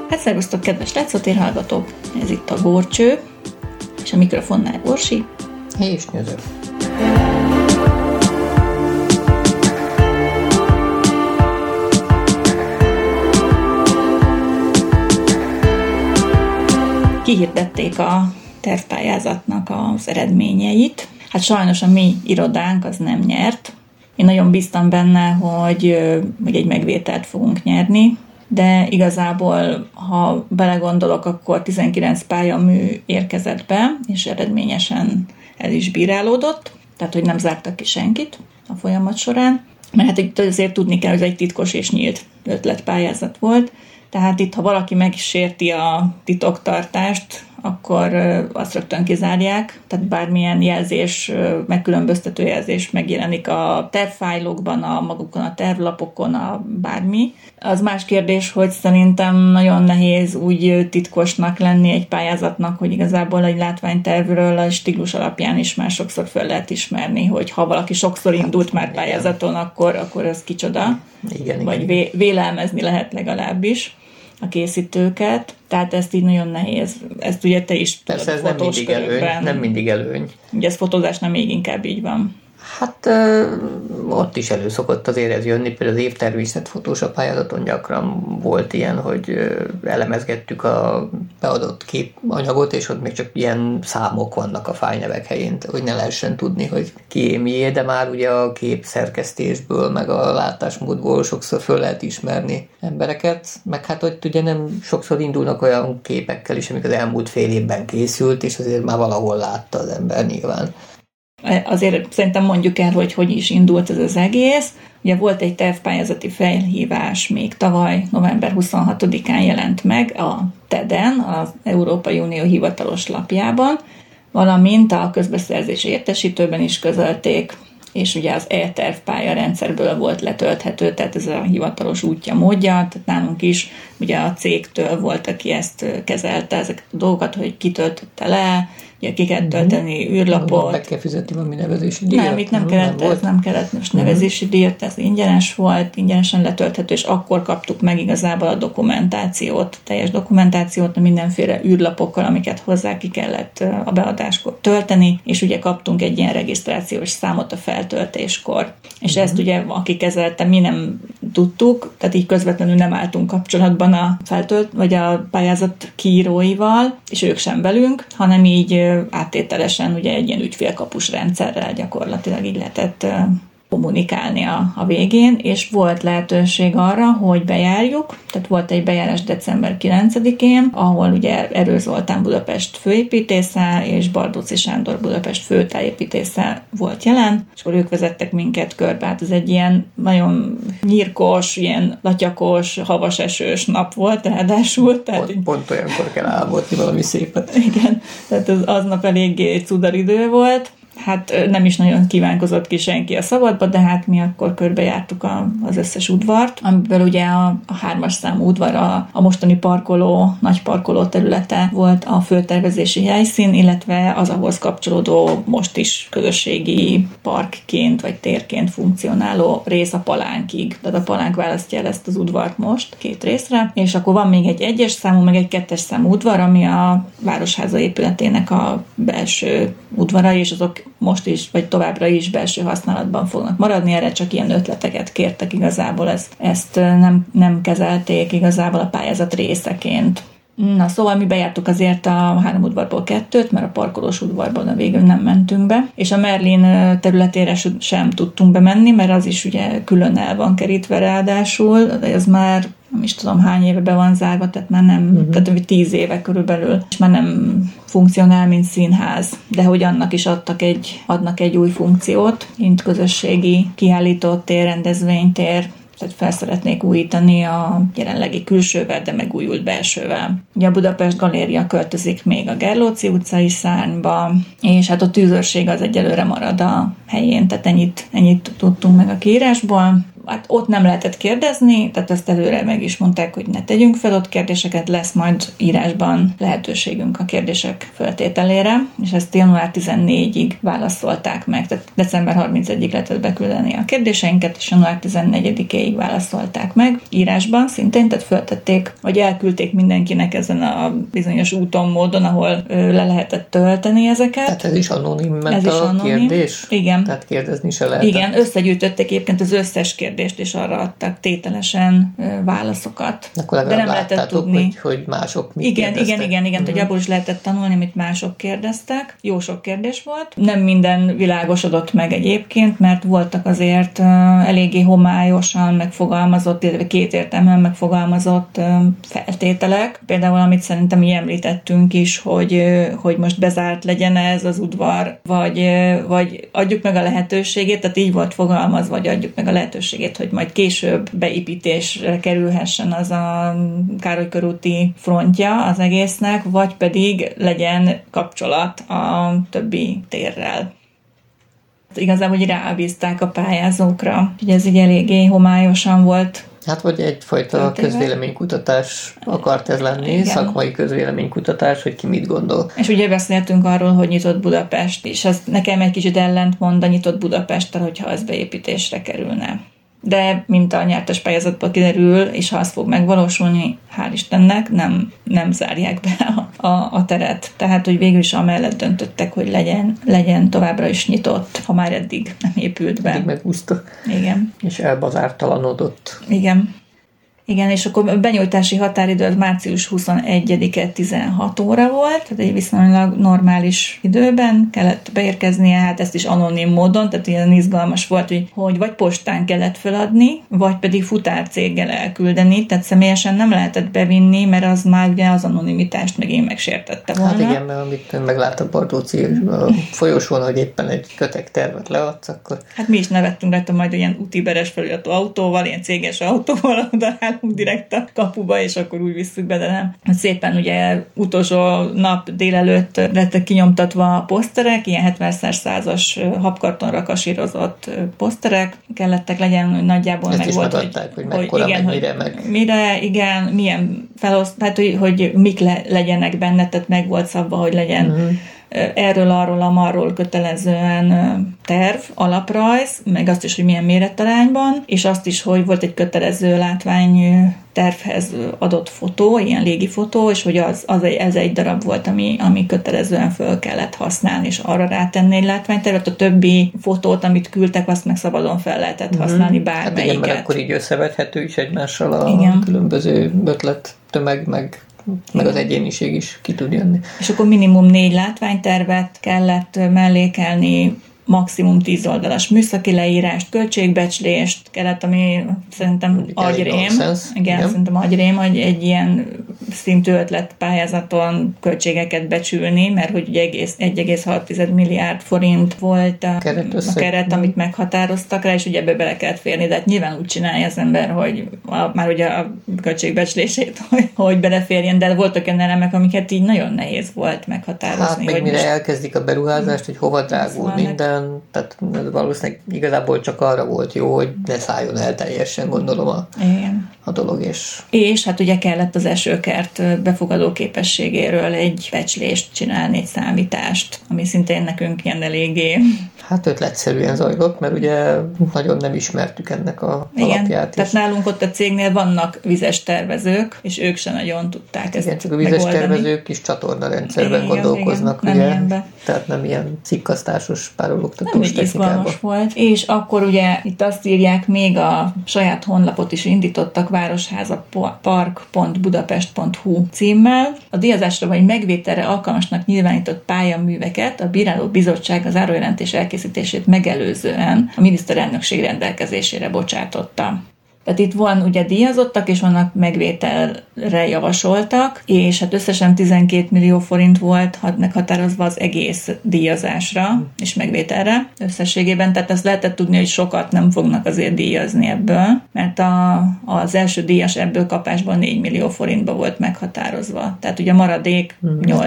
Hát szervusztok, kedves Látszótér hallgatók! Ez itt a Górcső, és a mikrofonnál Orsi. És Nyöző. Kihirdették a tervpályázatnak az eredményeit. Hát sajnos a mi irodánk az nem nyert. Én nagyon bíztam benne, hogy egy megvételt fogunk nyerni, de igazából, ha belegondolok, akkor 19 pályamű érkezett be, és eredményesen el is bírálódott, tehát hogy nem zártak ki senkit a folyamat során, mert hát itt azért tudni kell, hogy ez egy titkos és nyílt ötletpályázat volt, tehát itt, ha valaki megsérti a titoktartást, akkor azt rögtön kizárják, tehát bármilyen jelzés, megkülönböztető jelzés megjelenik a tervfájlokban, magukon a tervlapokon, bármi. Az más kérdés, hogy szerintem nagyon nehéz úgy titkosnak lenni egy pályázatnak, hogy igazából egy látványtervről a stílus alapján is már sokszor fel lehet ismerni, hogy ha valaki sokszor indult már pályázaton, akkor ez kicsoda. Igen, vagy vélelmezni lehet legalábbis a készítőket, tehát ezt így nagyon nehéz. Ezt ugye te is tudod. Persze ez nem mindig előny. Ugye ez fotózásnál még inkább így van. Hát ott is elő szokott azért ez jönni, például az évtervészet Photoshop pályázaton gyakran volt ilyen, hogy elemezgettük a beadott képanyagot, és ott még csak ilyen számok vannak a fájlnevek helyén, hogy ne lehessen tudni, hogy kié mié, de már ugye a kép szerkesztésből, meg a látásmódból sokszor föl lehet ismerni embereket, meg hát hogy ugye nem sokszor indulnak olyan képekkel is, amik az elmúlt fél évben készült, és azért már valahol látta az ember nyilván. Azért szerintem mondjuk el, hogy is indult ez az egész. Ugye volt egy tervpályázati felhívás, még tavaly november 26-án jelent meg a TED-en, az Európai Unió hivatalos lapjában, valamint a közbeszerzési értesítőben is közölték, és ugye az e-tervpálya rendszerből volt letölthető, tehát ez a hivatalos útja, módja, tehát nálunk is ugye a cégtől volt, aki ezt kezelte, ezeket a dolgokat, hogy kitöltötte le, ugye ki kell tölteni űrlapot. Meg kell fizetni valami nevezési díjat? Nem, itt nem kellett most nevezési díjat, ez ingyenes volt, ingyenesen letölthető, és akkor kaptuk meg igazából a dokumentációt, teljes dokumentációt, mindenféle űrlapokkal, amiket hozzá ki kellett a beadáskor tölteni, és ugye kaptunk egy ilyen regisztrációs számot a feltöltéskor. És ezt ugye, aki kezelte, mi nem tudtuk, tehát így közvetlenül nem álltunk kapcsolatban a vagy a pályázat kiíróival, és ők sem velünk, hanem így áttételesen ugye egy ilyen ügyfélkapus rendszerrel gyakorlatilag így lehetett kommunikálni a végén, és volt lehetőség arra, hogy bejárjuk, tehát volt egy bejárás december 9-én, ahol ugye Erő Zoltán Budapest főépítésze és Bardóczy Sándor Budapest főtájépítésze volt jelen, és akkor ők vezettek minket körbe. Hát ez egy ilyen nagyon nyírkos, ilyen latyakos, havas esős nap volt ráadásul. Pont olyankor kell álmodni valami szépet. Igen, tehát az aznap eléggé cudaridő volt. Hát nem is nagyon kívánkozott ki senki a szabadba, de hát mi akkor körbejártuk az összes udvart, amiből ugye a 3-as számú udvar a mostani nagy parkoló területe volt a főtervezési helyszín, illetve az ahhoz kapcsolódó most is közösségi parkként vagy térként funkcionáló rész a Palánkig. Tehát a Palánk választja el ezt az udvart most 2 részre, és akkor van még egy 1-es számú, meg egy 2-es számú udvar, ami a Városháza épületének a belső udvara, és azok most is, vagy továbbra is belső használatban fognak maradni, erre csak ilyen ötleteket kértek igazából, ezt nem kezelték igazából a pályázat részeként. Na, szóval mi bejártuk azért a 3 udvarból 2-t, mert a parkolós udvarban végül nem mentünk be, és a Merlin területére sem tudtunk bemenni, mert az is ugye külön el van kerítve ráadásul, de ez már nem is tudom hány éve be van zárva, tehát már nem, tehát 10 éve körülbelül, és már nem funkcionál, mint színház, de hogy annak is adnak egy új funkciót, mint közösségi kiállítótér, rendezvénytér, tehát fel szeretnék újítani a jelenlegi külsővel, de megújult belsővel. Ugye a Budapest Galéria költözik még a Gerlóci utcai szárnyba, és hát a tűzőrség az egyelőre marad a helyén, tehát ennyit tudtunk meg a kiírásból. Hát ott nem lehetett kérdezni, tehát azt előre meg is mondták, hogy ne tegyünk fel ott kérdéseket, lesz majd írásban lehetőségünk a kérdések feltételére, és ezt január 14-ig válaszolták meg, tehát december 31-ig lehetett beküldeni a kérdéseinket, és január 14-ig válaszolták meg írásban szintén, tehát föltették, vagy elküldték mindenkinek ezen a bizonyos úton, módon, ahol le lehetett tölteni ezeket. Tehát ez is anonim ment a kérdés? Igen. Tehát kérdezni se lehetett? Igen, összegyűjtötték egyébként az összes kérdést, és arra adtak tételesen válaszokat. Akkor de nem lehetett tudni, hogy mások mit kérdeztek. Igen, hogy abból is lehetett tanulni, amit mások kérdeztek. Jó sok kérdés volt. Nem minden világosodott meg egyébként, mert voltak azért eléggé homályosan megfogalmazott, illetve kétértelműen megfogalmazott feltételek. Például, amit szerintem mi említettünk is, hogy most bezárt legyen ez az udvar, vagy adjuk meg a lehetőségét, tehát így volt fogalmazva, vagy adjuk meg a lehetőségét, hogy majd később beépítésre kerülhessen az a Károly körúti frontja az egésznek, vagy pedig legyen kapcsolat a többi térrel. Igazából, hogy rábízták a pályázókra, hogy ez így eléggé homályosan volt. Hát, vagy egyfajta közvéleménykutatás akart ez lenni, igen. Szakmai közvéleménykutatás, hogy ki mit gondol. És ugye beszéltünk arról, hogy nyitott Budapest, és az nekem egy kicsit ellentmond a nyitott Budapesttel, hogyha ez beépítésre kerülne. De, mint a nyertes pályázatból kiderül, és ha az fog megvalósulni, hál' Istennek, nem zárják be a teret. Tehát, hogy végül is amellett döntöttek, hogy legyen továbbra is nyitott, ha már eddig nem épült be. Eddig megúszta. Igen. És elbazártalanodott. Igen, és akkor a benyújtási határidő az március 21-e 16 óra volt, tehát egy viszonylag normális időben kellett beérkeznie, hát ezt is anonim módon, tehát ilyen izgalmas volt, hogy vagy postán kellett feladni, vagy pedig futárcéggel elküldeni, tehát személyesen nem lehetett bevinni, mert az már ugye az anonimitást megint megsértette volna. Hát igen, mert amit megláttam Bartóci a folyosón, hogy éppen egy kötektervet leadsz, akkor... Hát mi is nevettünk rajta, majd ilyen útiberes felületű autóval, ilyen céges autóval, oda direkt a kapuba, és akkor úgy visszük be, de nem. Szépen ugye utolsó nap délelőtt lettek kinyomtatva a poszterek, ilyen 70x100-as habkartonra kasírozott poszterek kellettek legyen, hogy nagyjából ezt meg volt, hogy mekkora, igen, mire, igen, milyen tehát hogy mik legyenek benne, tehát meg volt szabva, hogy legyen erről, arról, amarról kötelezően terv, alaprajz, meg azt is, hogy milyen méretarányban, és azt is, hogy volt egy kötelező látvány tervhez adott fotó, ilyen légifotó, és hogy ez egy darab volt, ami kötelezően föl kellett használni, és arra rátenni egy látványtervet. A többi fotót, amit küldtek, azt meg szabadon fel lehetett használni bármelyiket. Hát igen, mert akkor így összevethető is egymással a különböző ötlet tömeg, meg az egyéniség is ki tud jönni. És akkor minimum 4 látványtervet kellett mellékelni, maximum 10 oldalas műszaki leírást, költségbecslést kellett, ami szerintem agyrém. Igen, szerintem agyrém, hogy egy ilyen szintű ötletpályázaton költségeket becsülni, mert hogy ugye 1,6 milliárd forint volt a keret, amit meghatároztak rá, és ugye ebbe bele kellett férni, de hát nyilván úgy csinálja az ember, hogy már ugye a költségbecslését, hogy beleférjen, de voltak olyan elemek, amiket így nagyon nehéz volt meghatározni. Hát még mire elkezdik a beruházást, hogy hova drágul minden, tehát valószínűleg igazából csak arra volt jó, hogy ne szálljon el teljesen, gondolom a dolog. És hát ugye kellett az esőkert befogadó képességéről egy becslést csinálni, egy számítást, ami szintén nekünk ilyen eléggé... Hát ötletszerűen zajlott, mert ugye nagyon nem ismertük ennek a alapját is. Tehát nálunk ott a cégnél vannak vizes tervezők, és ők se nagyon tudták ezt csak a vizes tervezők is csatornarendszerben gondolkoznak, ugye? Tehát nem ilyen cikkasztásos párologtatós technikában. Volt. És akkor ugye itt azt írják, még a saját honlapot is indítottak, városházapark.budapest.hu címmel. A díjazásra vagy megvételre alkalmasnak nyilvánított pályaműveket a Bíráló Bizottság az zárójelentés elkészítését megelőzően a miniszterelnökség rendelkezésére bocsátotta. Tehát itt van ugye díjazottak, és vannak megvételre javasoltak, és hát összesen 12 millió forint volt meghatározva az egész díjazásra és megvételre összességében, tehát ezt lehetett tudni, hogy sokat nem fognak azért díjazni ebből, mert az első díjas ebből kapásban 4 millió forintba volt meghatározva. Tehát ugye a maradék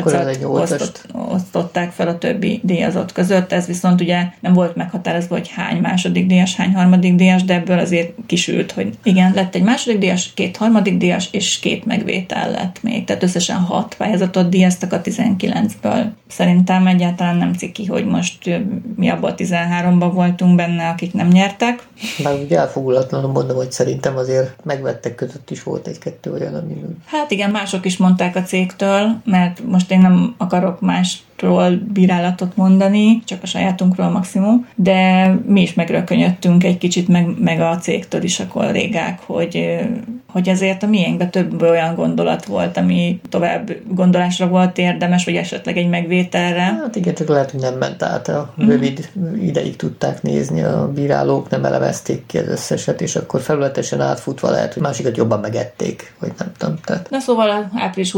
8-at osztották fel a többi díjazott között, ez viszont ugye nem volt meghatározva, hogy hány második díjas, hány harmadik díjas, de ebből azért kisült, hogy igen, lett egy második díjas, 2 harmadik díjas, és 2 megvétel lett még. Tehát összesen 6 pályázatot díjaztak a 19-ből. Szerintem egyáltalán nem ciki, hogy most mi abban a 13-ban voltunk benne, akik nem nyertek. Már úgy elfogulatlanul mondom, hogy szerintem azért megvettek között is volt egy-kettő olyan, ami... Hát igen, mások is mondták a cégtől, mert most én nem akarok másról bírálatot mondani, csak a sajátunkról maximum, de mi is megrökönyödtünk egy kicsit, meg a cégtől is a kollégák, hogy azért a miénkben több olyan gondolat volt, ami tovább gondolásra volt érdemes, vagy esetleg egy megvételre. Hát igen, csak lehet, hogy nem ment át. A rövid ideig tudták nézni, a bírálók nem elemezték ki az összeset, és akkor felületesen átfutva lehet, hogy másikat jobban megették, vagy nem tudom. Tehát. Na szóval április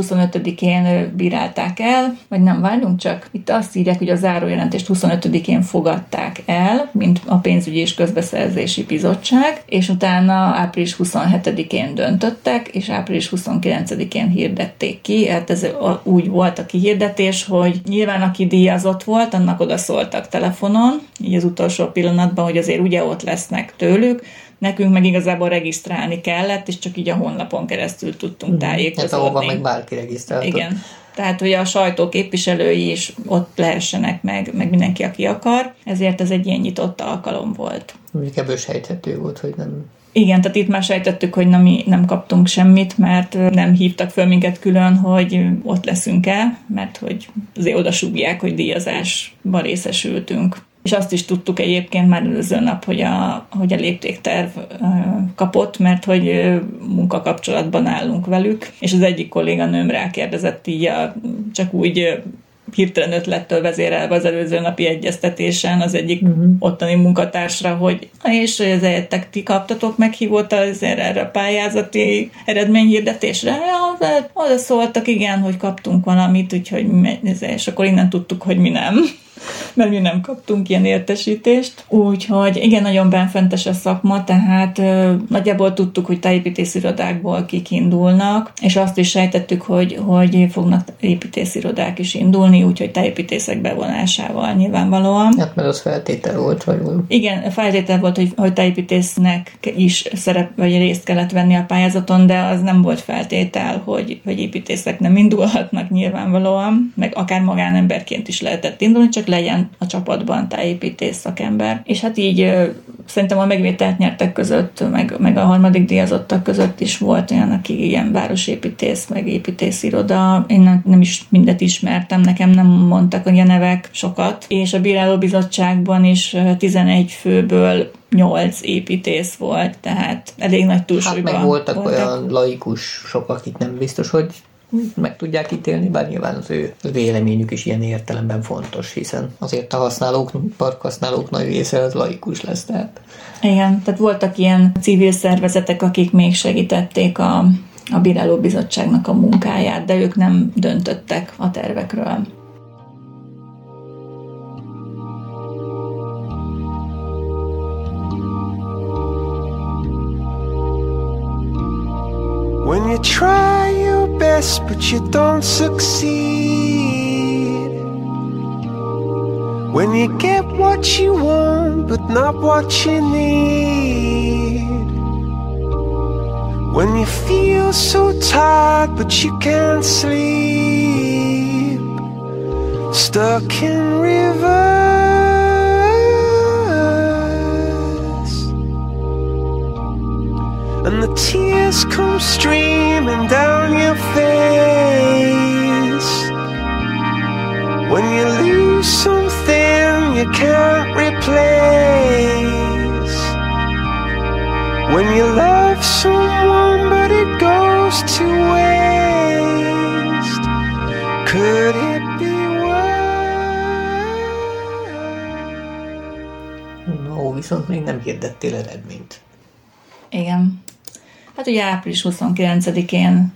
25-én bírálták el, vagy nem, várjunk csak. Itt azt írják, hogy a zárójelentést 25-én fogadták el, mint a pénzügyi és közbeszerzési bizottság, és utána április 27-én döntöttek, és április 29-én hirdették ki. Hát ez úgy volt a kihirdetés, hogy nyilván aki díjazott volt, annak odaszóltak telefonon, így az utolsó pillanatban, hogy azért ugye ott lesznek tőlük, nekünk meg igazából regisztrálni kellett, és csak így a honlapon keresztül tudtunk tájékozódni. Hát ahova meg bárki regisztráltott. Igen. Tehát, hogy a sajtó képviselői is ott lehessenek meg mindenki, aki akar. Ezért ez egy ilyen nyitott alkalom volt. Mondjuk ebből sejthető volt, hogy nem... Igen, tehát itt már sejtettük, hogy mi nem kaptunk semmit, mert nem hívtak föl minket külön, hogy ott leszünk-e, mert hogy azért odasúgják, hogy díjazásban részesültünk. És azt is tudtuk egyébként már előző nap, hogy a léptékterv kapott, mert hogy munkakapcsolatban állunk velük, és az egyik kolléganőm rákérdezett így csak úgy hirtelen ötlettől vezérelve az előző napi egyeztetésen az egyik ottani munkatársra, hogy és ezért ti kaptatok meghívót erre a pályázati eredményhirdetésre? Ja, oda szóltak, igen, hogy kaptunk valamit, úgyhogy és akkor innen tudtuk, hogy mi nem. Mert mi nem kaptunk ilyen értesítést. Úgyhogy igen, nagyon benfentes a szakma, tehát nagyjából tudtuk, hogy tájépítészirodákból kik indulnak, és azt is sejtettük, hogy fognak építészirodák is indulni, úgyhogy tájépítészek bevonásával nyilvánvalóan. Hát mert az feltétel volt, vagy? Igen, feltétel volt, hogy tájépítésznek is vagy részt kellett venni a pályázaton, de az nem volt feltétel, hogy építészek nem indulhatnak nyilvánvalóan, meg akár magánemberként is lehetett indulni, csak legyen a csapatban tájépítész szakember. És hát így szerintem a megvételt nyertek között, meg a harmadik díjazottak között is volt olyan, aki ilyen városépítész, meg építésziroda. Én nem is mindet ismertem, nekem nem mondtak a nevek sokat. És a bírálóbizottságban is 11 főből 8 építész volt, tehát elég nagy túlsúlyban. Hát meg voltak olyan laikusok, akik nem biztos, hogy meg tudják ítélni, bár nyilván az ő véleményük is ilyen értelemben fontos, hiszen azért a parkhasználók nagy része az laikus lesz, tehát. Igen, tehát voltak ilyen civil szervezetek, akik még segítették a bírálóbizottságnak a munkáját, de ők nem döntöttek a tervekről. When you try your best but you don't succeed, when you get what you want but not what you need, when you feel so tired but you can't sleep, stuck in rivers, and the tears come streaming down your face, when you lose something you can't replace, when you love someone but it goes to waste, could it be worse? No, viszont még nem hirdettél eredményt. Igen. Hát ugye április 29-én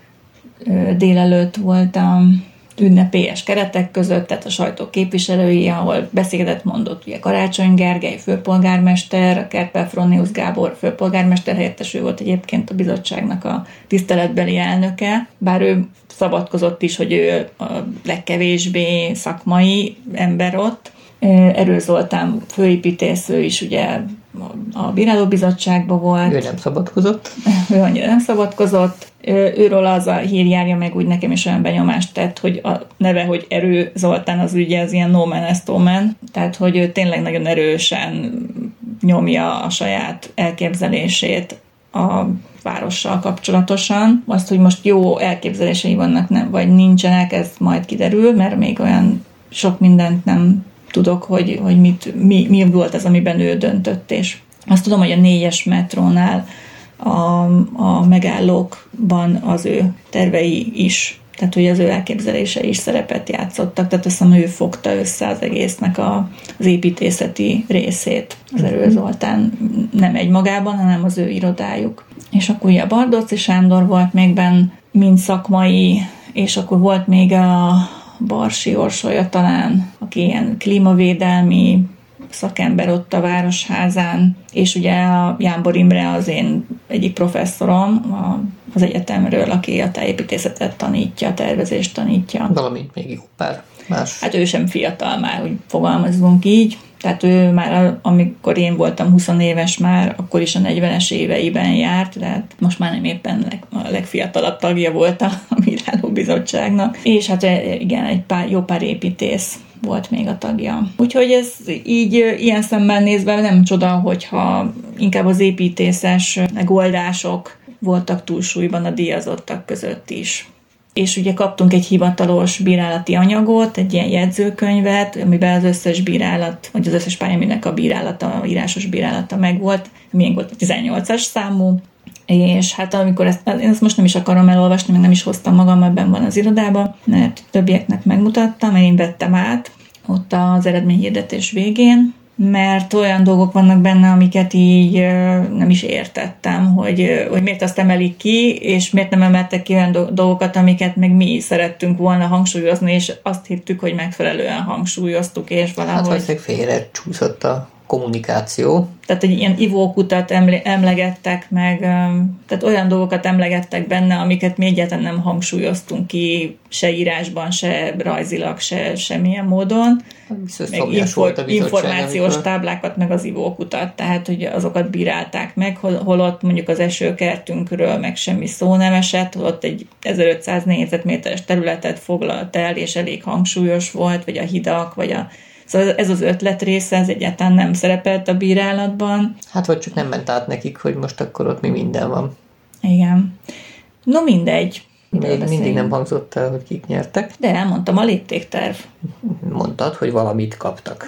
délelőtt volt a ünnepélyes keretek között, tehát a sajtó képviselői, ahol beszédet mondott ugye Karácsony Gergely főpolgármester, a Kerpel-Fronius Gábor főpolgármester helyettes, ő volt egyébként a bizottságnak a tiszteletbeli elnöke, bár ő szabadkozott is, hogy ő a legkevésbé szakmai ember ott. Erő Zoltán főépítész, ő is ugye a bírálóbizottságban volt. Ő nem szabadkozott. Ő annyira nem szabadkozott. Őről az a hír járja meg, úgy nekem is olyan benyomást tett, hogy a neve, hogy Erő Zoltán, az ugye az ilyen no man est omen, tehát hogy ő tényleg nagyon erősen nyomja a saját elképzelését a várossal kapcsolatosan. Azt, hogy most jó elképzelései vannak, nem, vagy nincsenek, ez majd kiderül, mert még olyan sok mindent nem tudok, hogy mi volt az, amiben ő döntött, és azt tudom, hogy a 4-es metrónál a megállókban az ő tervei is, tehát hogy az ő elképzelései is szerepet játszottak, tehát azt hiszem, ő fogta össze az egésznek az építészeti részét, az Erő Zoltán, nem egymagában, hanem az ő irodájuk. És akkor ugye a Bardóczy Sándor volt még benn, mint szakmai, és akkor volt még a Barsi Orsolya talán, aki ilyen klímavédelmi szakember ott a Városházán, és ugye a Jámbor Imre az én egyik professzorom az egyetemről, aki a tájépítészetet tanítja, a tervezést tanítja. Valamint még jó pár más. Hát ő sem fiatal már, hogy fogalmazzunk így. Tehát ő már, amikor én voltam 20 éves már, akkor is a 40-es éveiben járt, tehát most már nem éppen a legfiatalabb tagja volt a bírálóbizottságnak. És hát igen, jó pár építész volt még a tagja. Úgyhogy ez így ilyen szemmel nézve nem csoda, hogyha inkább az építészes megoldások voltak túlsúlyban a díjazottak között is. És ugye kaptunk egy hivatalos bírálati anyagot, egy ilyen jegyzőkönyvet, amiben az összes bírálat, vagy az összes pályaműnek a bírálata, a írásos bírálata megvolt, milyen volt a 18-as számú, és hát amikor én ezt most nem is akarom elolvasni, még nem is hoztam magam, ebben van az irodában, mert többieknek megmutattam, mert én vettem át ott az eredményhirdetés végén, mert olyan dolgok vannak benne, amiket így nem is értettem, hogy miért azt emelik ki, és miért nem emeltek ki olyan dolgokat, amiket meg mi szerettünk volna hangsúlyozni, és azt hittük, hogy megfelelően hangsúlyoztuk, és valahogy... Hát valószínűleg félre csúszott a kommunikáció. Tehát egy ilyen ivókutat emlegettek meg, tehát olyan dolgokat emlegettek benne, amiket mi egyáltalán nem hangsúlyoztunk ki, se írásban, se rajzilag, se semmilyen módon. Meg információs táblákat, meg az ivókutat, tehát hogy azokat bírálták meg, holott mondjuk az esőkertünkről meg semmi szó nem esett, holott egy 1500 négyzetméteres területet foglalt el, és elég hangsúlyos volt, vagy a hidak, vagy Szóval ez az ötlet része, ez egyáltalán nem szerepelt a bírálatban. Hát vagy csak nem ment át nekik, hogy most akkor ott mi minden van. Igen. No mindegy. Mindig nem hangzott el, hogy kik nyertek. De elmondtam, a léptékterv. Mondtad, hogy valamit kaptak.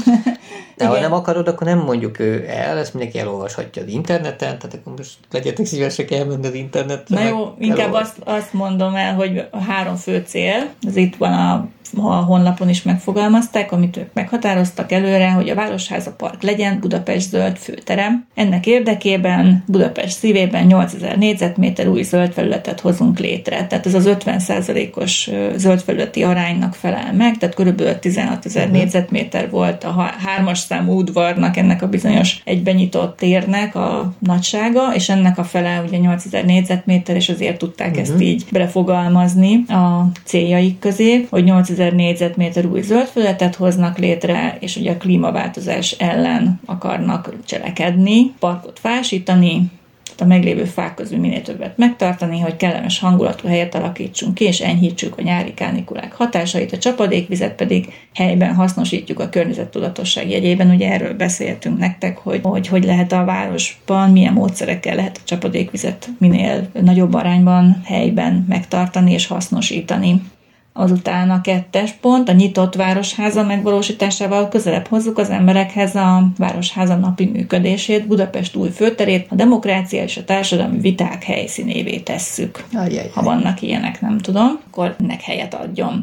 De ha nem akarod, akkor nem mondjuk el, ezt mindenki elolvashatja az interneten, tehát akkor most legyetek szívesek elmenni az internetre. Na jó, inkább azt mondom el, hogy a 3 fő cél, ez itt van a honlapon is megfogalmazták, amit ők meghatároztak előre, hogy a Városháza Park legyen Budapest zöld főterem. Ennek érdekében Budapest szívében 8000 négyzetméter új zöld felületet hozunk létre. Tehát ez az 50%-os zöld felületi aránynak felel meg, tehát körülbelül 16 000 négyzetméter volt a 3-as számú udvarnak, ennek a bizonyos egyben nyitott térnek a nagysága, és ennek a fele ugye 8000 négyzetméter, és azért tudták ezt így belefogalmazni a céljaik közé, hogy 8000 négyzetméter új zöld felületet hoznak létre, és ugye a klímaváltozás ellen akarnak cselekedni, parkot fásítani, a meglévő fák közül minél többet megtartani, hogy kellemes hangulatú helyet alakítsunk ki, és enyhítsük a nyári kánikulák hatásait, a csapadékvizet pedig helyben hasznosítjuk a környezettudatosság jegyében. Ugye erről beszéltünk nektek, hogy lehet a városban, milyen módszerekkel lehet a csapadékvizet minél nagyobb arányban helyben megtartani és hasznosítani. Azután a 2. pont, a nyitott városháza megvalósításával közelebb hozzuk az emberekhez a városháza napi működését, Budapest új főterét, a demokrácia és a társadalmi viták helyszínévé tesszük. Ha vannak ilyenek, nem tudom, akkor ennek helyet adjon.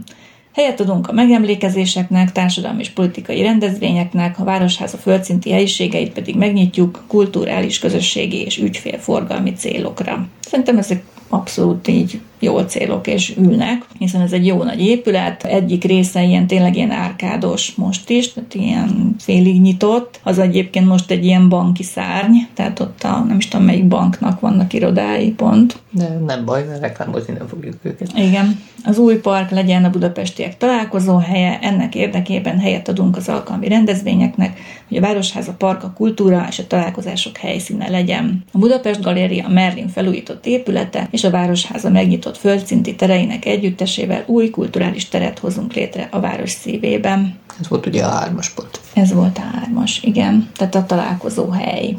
Helyet adunk a megemlékezéseknek, társadalmi és politikai rendezvényeknek, a városháza földszinti helyiségeit pedig megnyitjuk kulturális, közösségi és ügyfélforgalmi célokra. Szerintem ezek abszolút így jó célok és ülnek, hiszen ez egy jó nagy épület, egyik része tényleg ilyen árkádos most is, tehát ilyen félig nyitott, az egyébként most egy ilyen banki szárny, tehát ott nem is tudom melyik banknak vannak irodái pont. De nem baj, mert reklámozni nem fogjuk őket. Igen. Az új park legyen a budapestiek találkozóhelye, ennek érdekében helyet adunk az alkalmi rendezvényeknek, hogy a Városháza Park a kultúra és a találkozások helyszíne legyen. A Budapest Galéria Merlin felújított épülete és a Városháza megnyitott földszinti tereinek együttesével új kulturális teret hozunk létre a város szívében. Ez volt ugye a 3-as pont. Ez volt a 3-as, igen. Tehát a találkozóhely.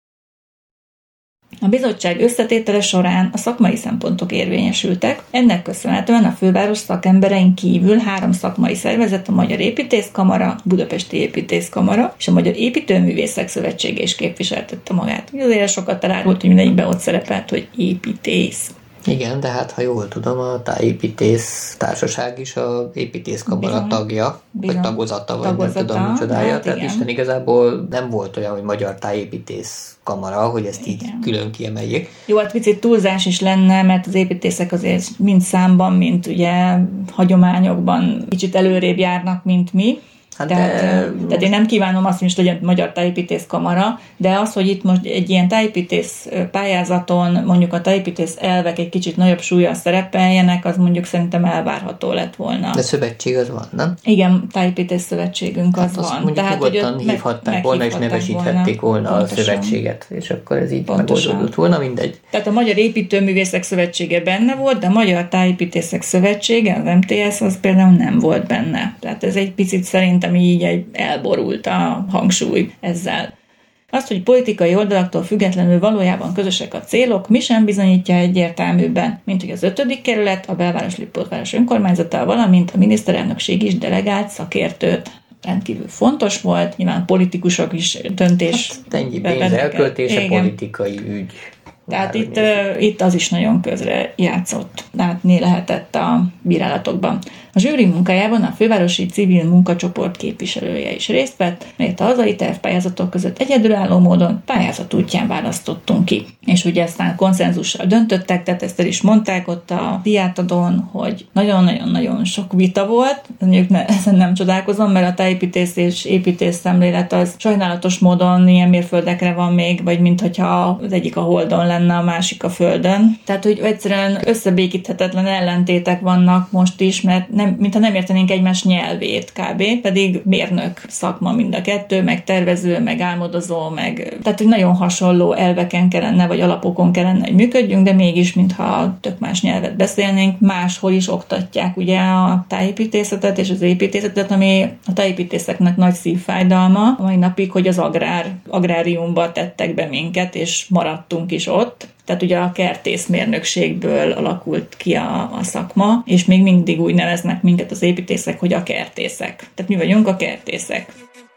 A bizottság összetétele során a szakmai szempontok érvényesültek, ennek köszönhetően a főváros szakemberein kívül 3 szakmai szervezet, a Magyar Építészkamara, a Budapesti Építészkamara és a Magyar Építőművészek Szövetsége is képviseltette magát. Azért sokat elárult, hogy mindegyikben ott szerepelt, hogy építész. Igen, de hát ha jól tudom, a Tájépítész Társaság is a Építészkamara tagja, vagy tagozata, vagy nem tudom micsodája. Hát tehát Isten igazából nem volt olyan, hogy Magyar Tájépítész Kamara, hogy ezt így külön kiemeljék. Jó, hát picit túlzás is lenne, mert az építészek azért mind számban, mint ugye hagyományokban kicsit előrébb járnak, mint mi. Hát tehát én nem kívánom azt, hogy most legyen Magyar Tájépítész Kamara, de az, hogy itt most egy ilyen tájépítész pályázaton mondjuk a tájépítész elvek egy kicsit nagyobb súllyal szerepeljenek, az mondjuk szerintem elvárható lett volna. De szövetség az van, nem? Igen, tájépítész szövetségünk az van. Mondjuk tehát, nyugodtan hívhatták volna, és nevesíthették volna a szövetséget, és akkor ez így megoldódott volna, mindegy. Tehát a Magyar Építőművészek Szövetsége benne volt, de a Magyar Tájépítészek Szövetsége, az MTS, az például nem volt benne. Tehát ez egy picit szerintem így elborult a hangsúly ezzel. Azt, hogy politikai oldalaktól függetlenül valójában közösek a célok, mi sem bizonyítja egyértelműbben, mint hogy az 5. kerület, a Belváros Lipótváros önkormányzata, valamint a miniszterelnökség is delegált szakértőt. Rendkívül fontos volt, nyilván politikusok is döntés. Hát ennyi pénz elköltése, politikai ügy. Tehát itt az is nagyon közre játszott, látni lehetett a bírálatokban. A zsűri munkájában a fővárosi civil munkacsoport képviselője is részt vett, melyet a hazai tervpályázatok között egyedülálló módon pályázat útján választottunk ki. És ugye aztán konszenzussal döntöttek, tehát ezt el is mondták ott a diátadón, hogy nagyon-nagyon-nagyon sok vita volt, mondjuk ezen nem csodálkozom, mert a tájépítész és építész szemlélet az sajnálatos módon ilyen mérföldekre van még, vagy minthogyha az egyik a holdon lenne, a másik a földön. Tehát, hogy egyszerűen összebékíthetetlen ellentétek vannak most is, mert mintha nem értenénk egymás nyelvét kb. Pedig mérnök szakma mind a kettő, meg tervező, meg álmodozó, meg... Tehát, hogy nagyon hasonló elveken kellene, vagy alapokon kellene, hogy működjünk, de mégis, mintha tök más nyelvet beszélnénk, máshol is oktatják ugye a tájépítészetet és az építészetet, ami a tájépítészeknek nagy szívfájdalma a mai napig, hogy az agráriumba tettek be minket, és maradtunk is ott. Tehát ugye a kertészmérnökségből alakult ki a szakma, és még mindig úgy neveznek minket az építészek, hogy a kertészek. Tehát mi vagyunk a kertészek.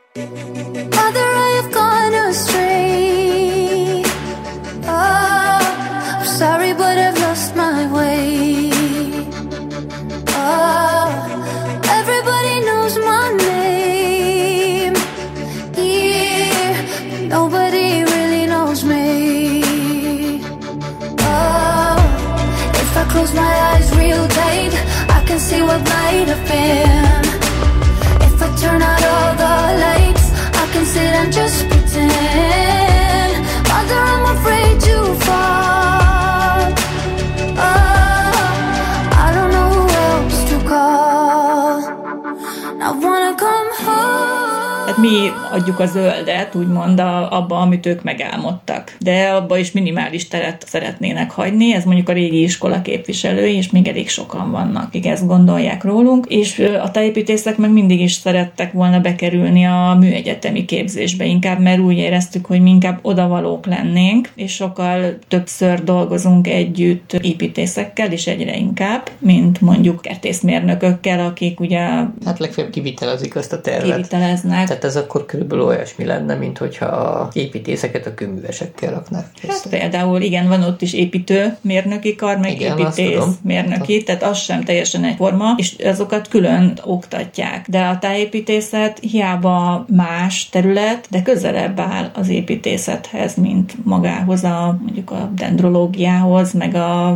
Mother, I have gone astray. Oh, I'm sorry, but I've lost my way. Oh, everybody knows my name. Yeah, nobody really knows me. If I close my eyes real tight, I can see what might have been. If I turn out all the lights, I can sit and just pretend. Mother, I'm afraid to fall. Oh, I don't know who else to call. I wanna come home. Tehát mi adjuk a zöldet, úgymond abba, amit ők megálmodtak. De abba is minimális teret szeretnének hagyni, ez mondjuk a régi iskola képviselői, és még elég sokan vannak, akik ezt gondolják rólunk, és a tájépítészek meg mindig is szerettek volna bekerülni a műegyetemi képzésbe inkább, mert úgy éreztük, hogy mi inkább odavalók lennénk, és sokkal többször dolgozunk együtt építészekkel, és egyre inkább, mint mondjuk kertészmérnökökkel, akik ugye... Hát legfeljebb kivitelezik azt a tervet. Kiviteleznek. Tehát Tehát ez akkor körülbelül olyasmi lenne, mint hogyha a építészeket a kőművesekkel raknák. Hát például igen, van ott is építőmérnöki kar, meg igen, építészmérnöki, tehát az sem teljesen egyforma, és azokat külön oktatják. De a tájépítészet hiába más terület, de közelebb áll az építészethez, mint magához mondjuk a dendrológiához, meg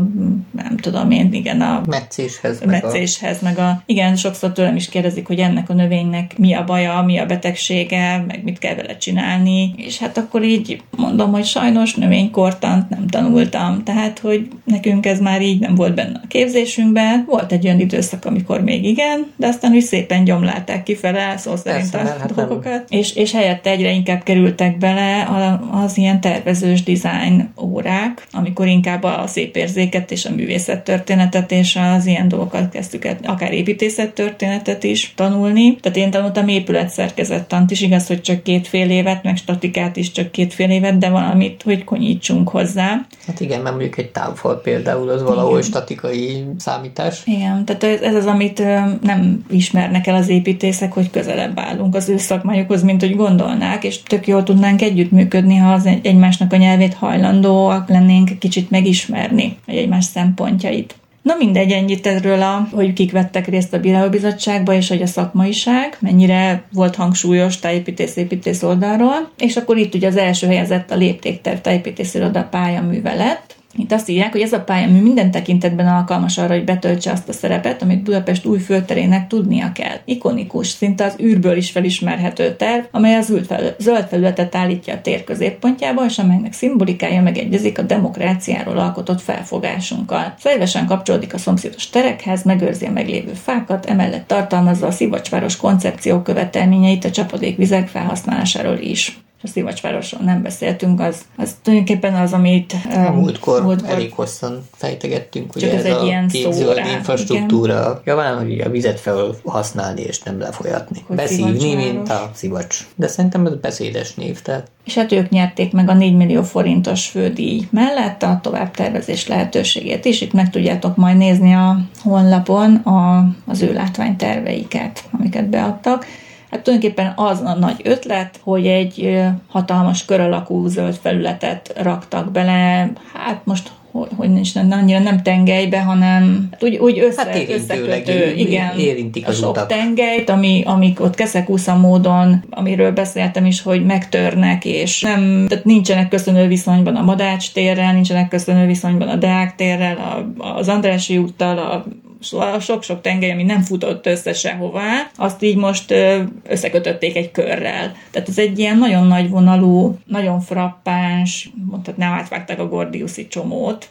nem tudom én, igen, a metszéshez, igen, sokszor tőlem is kérdezik, hogy ennek a növénynek mi a baja, mi a betegsége, meg mit kell vele csinálni, és hát akkor így mondom, hogy sajnos növénykortant nem tanultam, tehát, hogy nekünk ez már így nem volt benne a képzésünkben. Volt egy olyan időszak, amikor még igen, de aztán úgy szépen gyomlálták kifele, szó szerint a dolgokat, és helyette egyre inkább kerültek bele az ilyen tervezős design órák, amikor inkább a szépérzéket és a művészettörténetet és az ilyen dolgokat kezdtük el, akár építészettörténetet is tanulni. Tehát én tanultam épületszerkezettant is, igaz, hogy csak 2 fél évet, meg statikát is csak 2 fél évet, de valamit, hogy konyítsunk hozzá. Hát igen, mert mondjuk egy távfal például az valahol statikai számítás. Igen, tehát ez az, amit nem ismernek el az építészek, hogy közelebb állunk az ő szakmájukhoz, mint hogy gondolnák, és tök jól tudnánk együttműködni, ha az egymásnak a nyelvét hajlandóak lennénk kicsit megismerni, vagy egymás szempontjait. Na mindegy, ennyit erről, hogy kik vettek részt a bíróbizottságba, és hogy a szakmaiság mennyire volt hangsúlyos tájépítész oldalról, és akkor itt ugye az első helyezett a léptékterv tájépítésziroda pályaművelet. Itt azt írják, hogy ez a pályamű minden tekintetben alkalmas arra, hogy betöltse azt a szerepet, amit Budapest új főterének tudnia kell. Ikonikus, szinte az űrből is felismerhető terv, amely a zöld felületet állítja a tér középpontjába, és amelynek szimbolikája megegyezik a demokráciáról alkotott felfogásunkkal. Szervesen kapcsolódik a szomszédos terekhez, megőrzi a meglévő fákat, emellett tartalmazza a Szivacsváros koncepció követelményeit a csapadékvizek felhasználásáról is. A Szivacsvárosról nem beszéltünk, az tulajdonképpen az, amit a múltkor elég hosszan fejtegettünk, ugye ez a kék-zöld infrastruktúra javán, hogy a vizet felhasználni és nem lefolyatni. Beszívni, mint a Szivacs. De szerintem ez beszédes név, tehát. És hát ők nyerték meg a 4 millió forintos fődíj mellett a továbbtervezés lehetőségét is. Itt meg tudjátok majd nézni a honlapon az ő látványterveiket, amiket beadtak. Hát tulajdonképpen az a nagy ötlet, hogy egy hatalmas kör alakú zöld felületet raktak bele, hát most hogy nincs annyira nem tengelybe, hanem úgy összekötő, igen, érintik a sok tengelyt, amik ott keszekusza módon, amiről beszéltem is, hogy megtörnek, és tehát nincsenek köszönő viszonyban a Madács térrel, nincsenek köszönő viszonyban a Deák térrel, az Andrássy úttal, a sok-sok tengely, ami nem futott össze sehová, azt így most összekötötték egy körrel. Tehát ez egy ilyen nagyon nagy vonalú, nagyon frappáns, mondhatnám, átvágták a Gordiuszi csomót,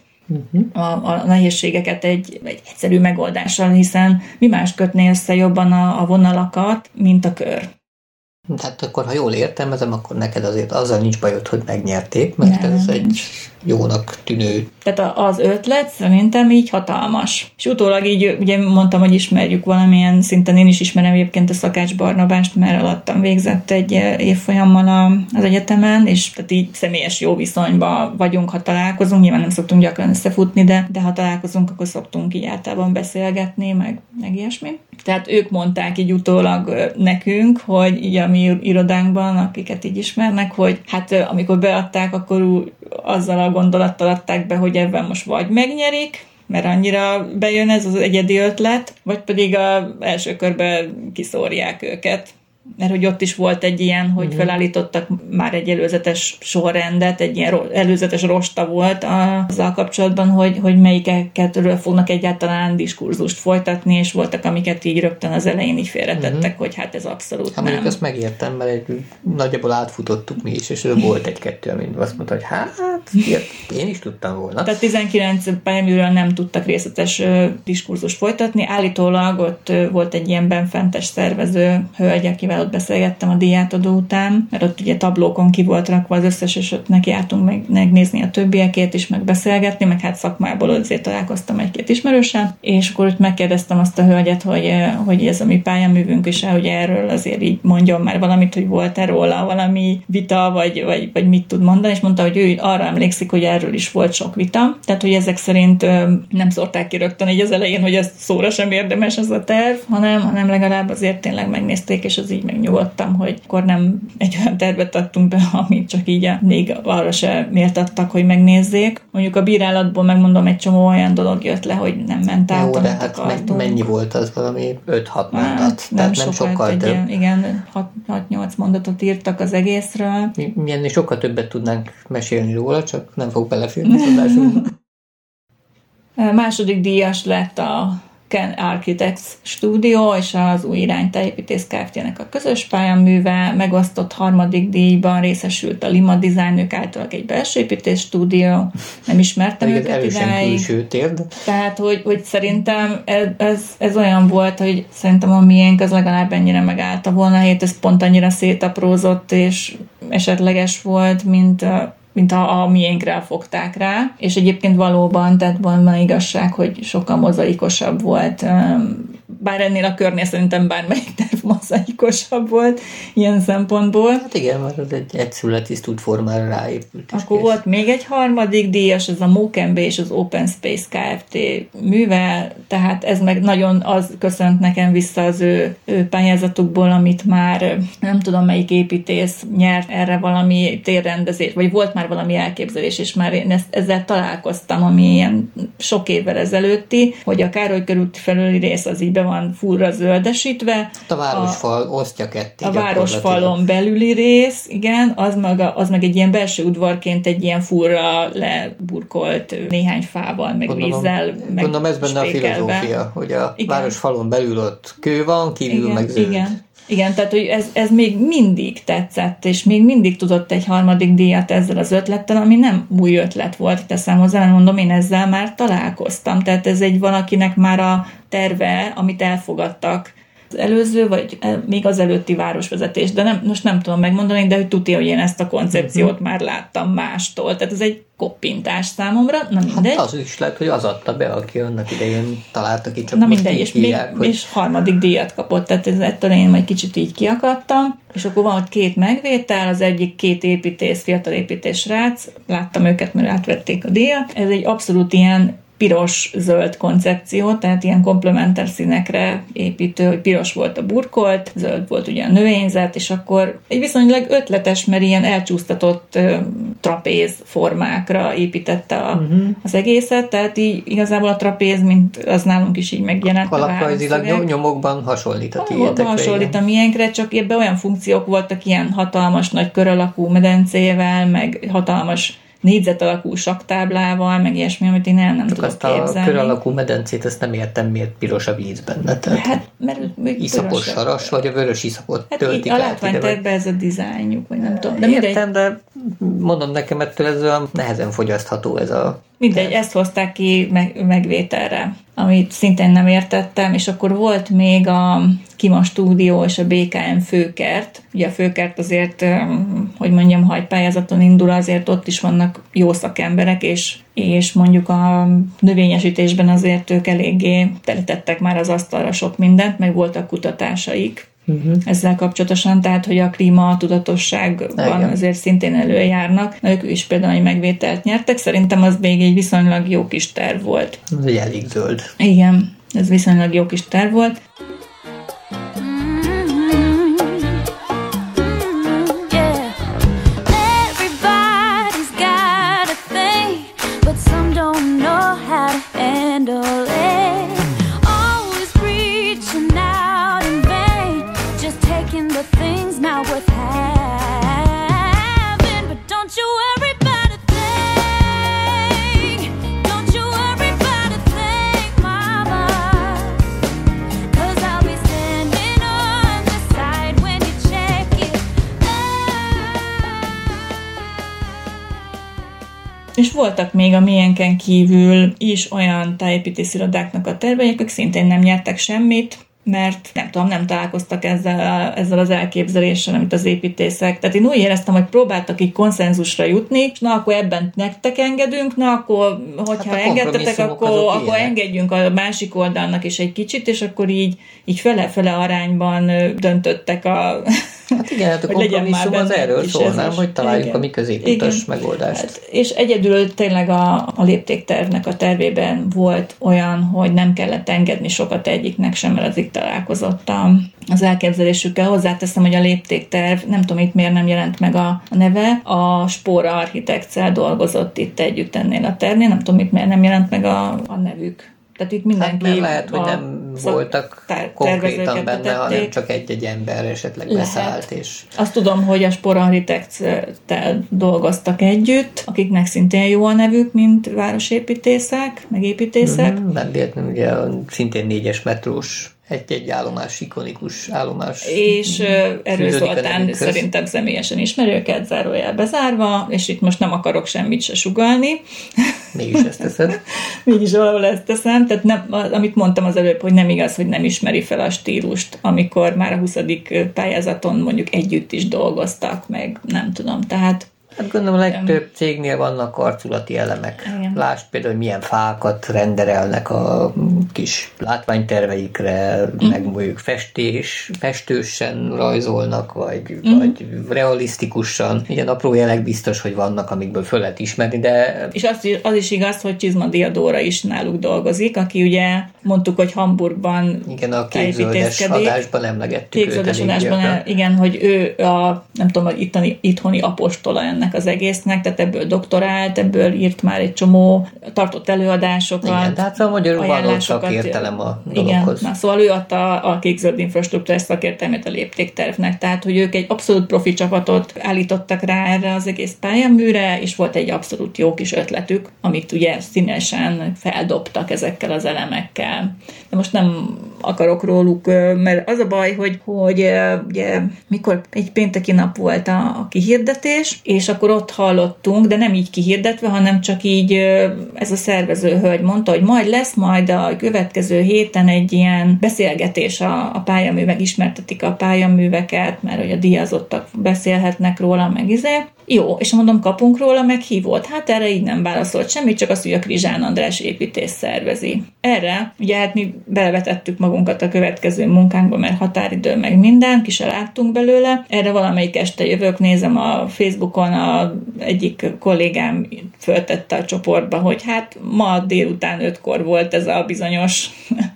a nehézségeket egy egyszerű megoldással, hiszen mi más kötné össze jobban a vonalakat, mint a kör. Hát akkor, ha jól értelmezem, akkor neked azért azzal nincs bajod, hogy megnyerték, mert nem, ez egy jónak tűnő. Tehát az ötlet szerintem így hatalmas. És utólag így ugye mondtam, hogy ismerjük valamilyen szinten, én is ismerem egyébként a Szakács Barnabást, mert alattam végzett egy évfolyammal az egyetemen, és tehát így személyes jó viszonyban vagyunk, ha találkozunk. Nyilván nem szoktunk gyakran összefutni, de ha találkozunk, akkor szoktunk így általában beszélgetni, meg ilyesmi. Tehát ők mondták így utólag nekünk, hogy így a mi irodánkban, akiket így ismernek, hogy hát amikor beadták, akkor azzal a gondolattal adták be, hogy ebben most vagy megnyerik, mert annyira bejön ez az egyedi ötlet, vagy pedig az első körben kiszórják őket. Mert hogy ott is volt egy ilyen, hogy felállítottak már egy előzetes sorrendet, egy ilyen előzetes rosta volt azzal kapcsolatban, hogy melyikekről fognak egyáltalán diskurzust folytatni, és voltak, amiket így rögtön az elején így félretettek, hogy hát ez abszolút nem. Hát ezt megértem, mert nagyjából átfutottuk mi is, és volt egy-kettő, amit azt mondta, hogy hát én is tudtam volna. Tehát 19 pályaműről nem tudtak részletes diskurzust folytatni. Állítólag ott volt egy ilyen benfentes szervező hölgy, akivel ott beszélgettem a díjátadó után, mert ott ugye tablókon ki volt rakva az összes, és ott nekiálltunk megnézni a többiekét is, meg beszélgetni, meg hát szakmából azért találkoztam egy-két ismerősen, és akkor ott megkérdeztem azt a hölgyet, hogy ez a mi pályaművünk is, hogy erről azért így mondjon már valamit, hogy volt-e róla valami vita, vagy mit tud mondani, és mondta, hogy ő arra emlékszik, hogy erről is volt sok vita, tehát hogy ezek szerint nem szórták ki rögtön így az elején, hogy ez szóra sem érdemes ez a terv, hanem legalább azért tényleg megnézték, és az így így megnyugodtam, hogy akkor nem egy olyan tervet adtunk be, amit csak így még arra se méltattak, hogy megnézzék. Mondjuk a bírálatból megmondom, egy csomó olyan dolog jött le, hogy nem ment át, jó, amit de hát akartunk. mennyi volt az, valami 5-6 mondat? Nem sokkal több. Igen, 6-8 mondatot írtak az egészről. Mi ennél sokkal többet tudnánk mesélni róla, csak nem fog beleférni az adásunkba. Második díjas lett a Ken Architects Studio és az Új Iránytájépítész Kft-nek a közös pályaműve, megosztott harmadik díjban részesült a Lima Design, ők általában egy belső építés stúdió, nem ismertem őket idáig. Külső térd. Tehát, hogy szerintem ez olyan volt, hogy szerintem a miénk az legalább ennyire megállta volna, ez pont annyira szétaprózott és esetleges volt, mint a miénkre fogták rá, és egyébként valóban, tehát van igazság, hogy sokkal mozaikosabb volt, bár ennél a körnél szerintem bármelyik terv mozaikosabb volt ilyen szempontból. Hát igen, mert az egy egyszületi formára ráépült. Akkor volt még egy harmadik díjas, ez a MoCamB és az Open Space Kft. Műve, tehát ez meg nagyon az köszönt nekem vissza az ő pályázatukból, amit már nem tudom melyik építész nyert erre valami térrendezés, vagy volt már valami elképzelés, és már én ezzel találkoztam, ami ilyen sok évvel ezelőtti, hogy a Károly körúti felüli rész az így be van furra zöldesítve. A városfal osztja ketté. A városfalon belüli rész, igen, az meg egy ilyen belső udvarként egy ilyen furra leburkolt néhány fával, meg vízzel. Gondolom ez benne a filozófia, hogy a városfalon belül ott kő van, kívül meg zöld. Igen, tehát hogy ez még mindig tetszett, és még mindig tudott egy harmadik díjat ezzel az ötlettel, ami nem új ötlet volt, teszem hozzá, mert mondom, én ezzel már találkoztam. Tehát ez egy valakinek már a terve, amit elfogadtak az előző, vagy még az előtti városvezetés, de most nem tudom megmondani, de hogy tudja, hogy én ezt a koncepciót már láttam mástól. Tehát ez egy koppintás számomra, na mindegy. Hát az is lehet, hogy az adta be, aki annak idején találta ki, csak na most mindegy, és harmadik díjat kapott, tehát ettől én majd kicsit így kiakadtam, és akkor van ott 2 megvétel, az egyik 2 építész, fiatal építész srác, láttam őket, mert átvették a díjat. Ez egy abszolút ilyen piros-zöld koncepció, tehát ilyen komplementer színekre építő, hogy piros volt a burkolt, zöld volt ugye a növényzet, és akkor egy viszonylag ötletes, mert ilyen elcsúsztatott trapéz formákra építette az egészet, tehát így igazából a trapéz, mint az nálunk is így megjelent. Alaprajzilag nyomokban hasonlít a tiétekre. Hasonlít a miénkre, csak ebben olyan funkciók voltak ilyen hatalmas nagy kör alakú medencével, meg hatalmas négyzet alakú saktáblával, meg ilyesmi, amit én nem tudok képzelni. Azt a kör alakú medencét, ezt nem értem, miért piros a víz benne. Hát, mert iszapos saras, vagy a vörös iszapot töltik át. A látványtervben ez a dizájnjuk, vagy nem tudom. De értem, de mondom nekem, ettől ez olyan nehezen fogyasztható ez a... Mindegy, ezt hozták ki megvételre, amit szintén nem értettem, és akkor volt még a Kima Stúdió és a BKM Főkert. Ugye a Főkert azért, hogy mondjam, ha egy pályázaton indul, azért ott is vannak jó szakemberek, és mondjuk a növényesítésben azért ők eléggé teletettek már az asztalra sok mindent, meg voltak kutatásaik. Ezzel kapcsolatosan, tehát, hogy a klímatudatosságban azért szintén előjárnak. Ők is például egy megvételt nyertek, szerintem az még egy viszonylag jó kis terv volt. Ez egy elég zöld. Igen, ez viszonylag jó kis terv volt. És voltak még a miénken kívül is olyan tájépítész irodáknak a tervei, akik szintén nem nyertek semmit, mert nem találkoztak ezzel az elképzeléssel, amit az építészek. Tehát én úgy éreztem, hogy próbáltak így konszenzusra jutni, és na akkor ebben nektek engedünk, na akkor, hogyha engedtetek, akkor engedjünk a másik oldalnak is egy kicsit, és akkor így fele-fele arányban döntöttek Hát igen, hát a kompromisszum az erről szól, hogy találjuk a mi középutas megoldást. Hát, és egyedül tényleg a léptéktervnek a tervében volt olyan, hogy nem kellett engedni sokat egyiknek sem, mert találkozott az elképzelésükkel. Hozzáteszem, hogy a léptékterv, nem tudom itt miért nem jelent meg a neve, a Spóra Architects-el dolgozott itt együtt ennél a tervnél, nem tudom itt miért nem jelent meg a nevük. Tehát itt mindenki... Hát lehet, hogy nem voltak konkrétan benne, hanem csak egy ember esetleg beszállt. És... Azt tudom, hogy a Spóra Architects-tel dolgoztak együtt, akiknek szintén jó a nevük, mint városépítészek, meg építészek. Nem véletlenül, ugye szintén 4-es metrós egy állomás, ikonikus állomás. És Erő Zoltán szerintem személyesen ismeri őket, zárójel bezárva, és itt most nem akarok semmit se sugallni. Mégis ezt teszed. Mégis valahol ezt teszem, tehát nem, amit mondtam az előbb, hogy nem igaz, hogy nem ismeri fel a stílust, amikor már a 20. pályázaton mondjuk együtt is dolgoztak, meg nem tudom, tehát hát gondolom, legtöbb cégnél vannak arculati elemek. Igen. Lásd például, hogy milyen fákat renderelnek a kis látványterveikre, meg mondjuk festősen rajzolnak, vagy realisztikusan. Ilyen apró jelek biztos, hogy vannak, amikből föl lehet ismerni, de... És az is igaz, hogy Csizmadia Dóra is náluk dolgozik, aki ugye mondtuk, hogy Hamburgban igen, a kékzöldes adásban emlegettük kékzöldes adásban, igen, hogy ő a, nem tudom, hogy itthoni apostola ennek az egésznek, tehát ebből doktorált, ebből írt már egy csomó, tartott előadásokat. Igen, tehát a magyarul való szakértelem a dologhoz. Igen, szóval ő adta a kékzöld infrastruktúrás szakértelmét a léptéktervnek, tehát hogy ők egy abszolút profi csapatot állítottak rá erre az egész pályaműre, és volt egy abszolút jó kis ötletük, amit ugye színesen feldobtak ezekkel az elemekkel. De most nem akarok róluk, mert az a baj, hogy ugye mikor egy pénteki nap volt a kihirdetés, és akkor ott hallottunk, de nem így kihirdetve, hanem csak így ez a szervező hölgy mondta, hogy lesz majd a következő héten egy ilyen beszélgetés a pályaművek, ismertetik a pályaműveket, mert hogy a díjazottak beszélhetnek róla, meg Jó, és mondom, kapunk róla meghívót. Hát erre így nem válaszolt semmit, csak azt, hogy a Krizsán András építész szervezi. Erre, ugye hát mi belevetettük magunkat a következő munkánkba, mert határidő meg minden, ki se láttunk belőle. Erre valamelyik este jövök, nézem a Facebookon, egyik kollégám föltette a csoportba, hogy hát ma délután 5-kor volt ez a bizonyos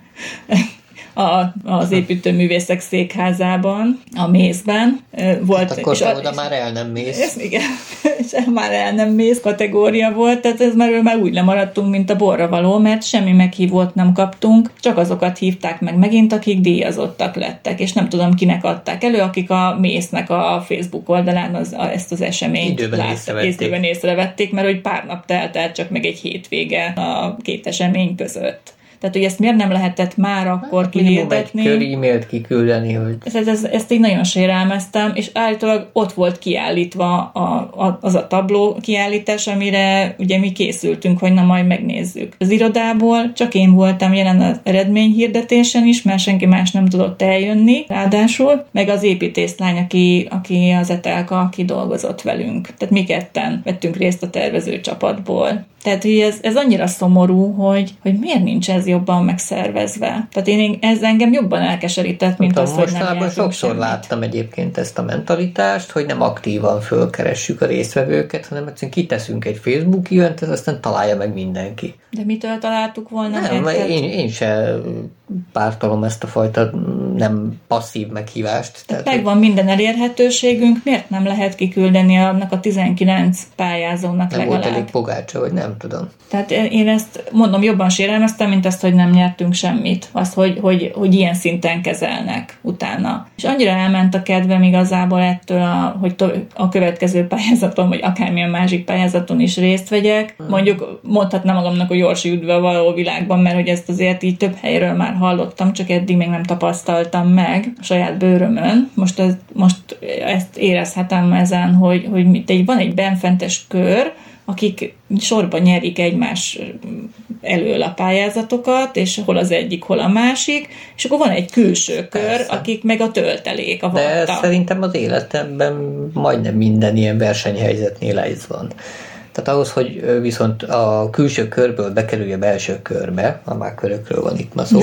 az építőművészek székházában, a Mészben volt. Hát akkor te oda már el nem mész. Igen, és már el nem mész kategória volt, tehát ez már úgy lemaradtunk, mint a borra való, mert semmi meghívót nem kaptunk, csak azokat hívták meg megint, akik díjazottak lettek, és nem tudom, kinek adták elő, akik a Mésznek a Facebook oldalán ezt az eseményt időben észrevették, mert hogy pár nap telt el csak meg egy hétvége a két esemény között. Tehát, hogy ezt miért nem lehetett már akkor kihirdetni? Egy e-mailt kiküldeni, hogy... Ezt így nagyon sérelmeztem, és állítólag ott volt kiállítva az a tabló kiállítás, amire ugye mi készültünk, hogy na majd megnézzük. Az irodából csak én voltam jelen az eredményhirdetésen is, mert senki más nem tudott eljönni, ráadásul, meg az építészlány, aki az Etelka, aki dolgozott velünk. Tehát mi ketten vettünk részt a tervező csapatból. Tehát, hogy ez annyira szomorú, hogy miért nincs ez jobban megszervezve. Tehát ez engem jobban elkeserített, mint az, hogy nem jártunk sokszor semmit. Láttam egyébként ezt a mentalitást, hogy nem aktívan fölkeressük a résztvevőket, hanem egyszerűen kiteszünk egy Facebook eventet, aztán találja meg mindenki. De mitől találtuk volna? Nem, én se pártolom ezt a fajta nem passzív meghívást. Tehát megvan minden elérhetőségünk, miért nem lehet kiküldeni annak a 19 pályázónak nem legalább? Nem volt elég pogácsa, vagy nem tudom. Tehát én ezt mondom, jobban sérelmeztem, mint azt, hogy nem nyertünk semmit. Azt, hogy ilyen szinten kezelnek utána. És annyira elment a kedvem igazából ettől, hogy a következő pályázaton, vagy akármilyen másik pályázaton is részt vegyek. Mondjuk mondhatnám magamnak, hogy Orsi Üdv a való világban, mert hogy ezt azért így több helyről már hallottam, csak eddig még nem tapasztaltam meg a saját bőrömön. Most ezt érezhetem ezen, hogy van egy benfentes kör, akik sorban nyerik egymás elől a pályázatokat, és hol az egyik, hol a másik, és akkor van egy külső kör, persze, akik meg a töltelék, a vatta. De szerintem az életemben majdnem minden ilyen versenyhelyzetnél ez van. Tehát ahhoz, hogy viszont a külső körből bekerülj a belső körbe, ha már körökről van itt ma szó,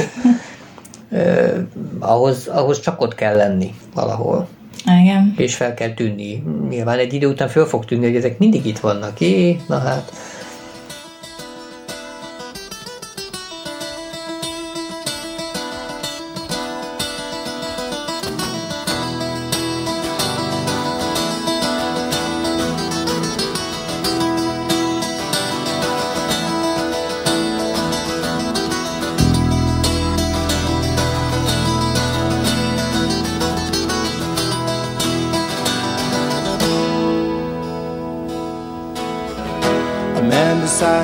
ahhoz csak ott kell lenni valahol. Igen. És fel kell tűnni. Nyilván egy idő után föl fog tűnni, hogy ezek mindig itt vannak. Na hát...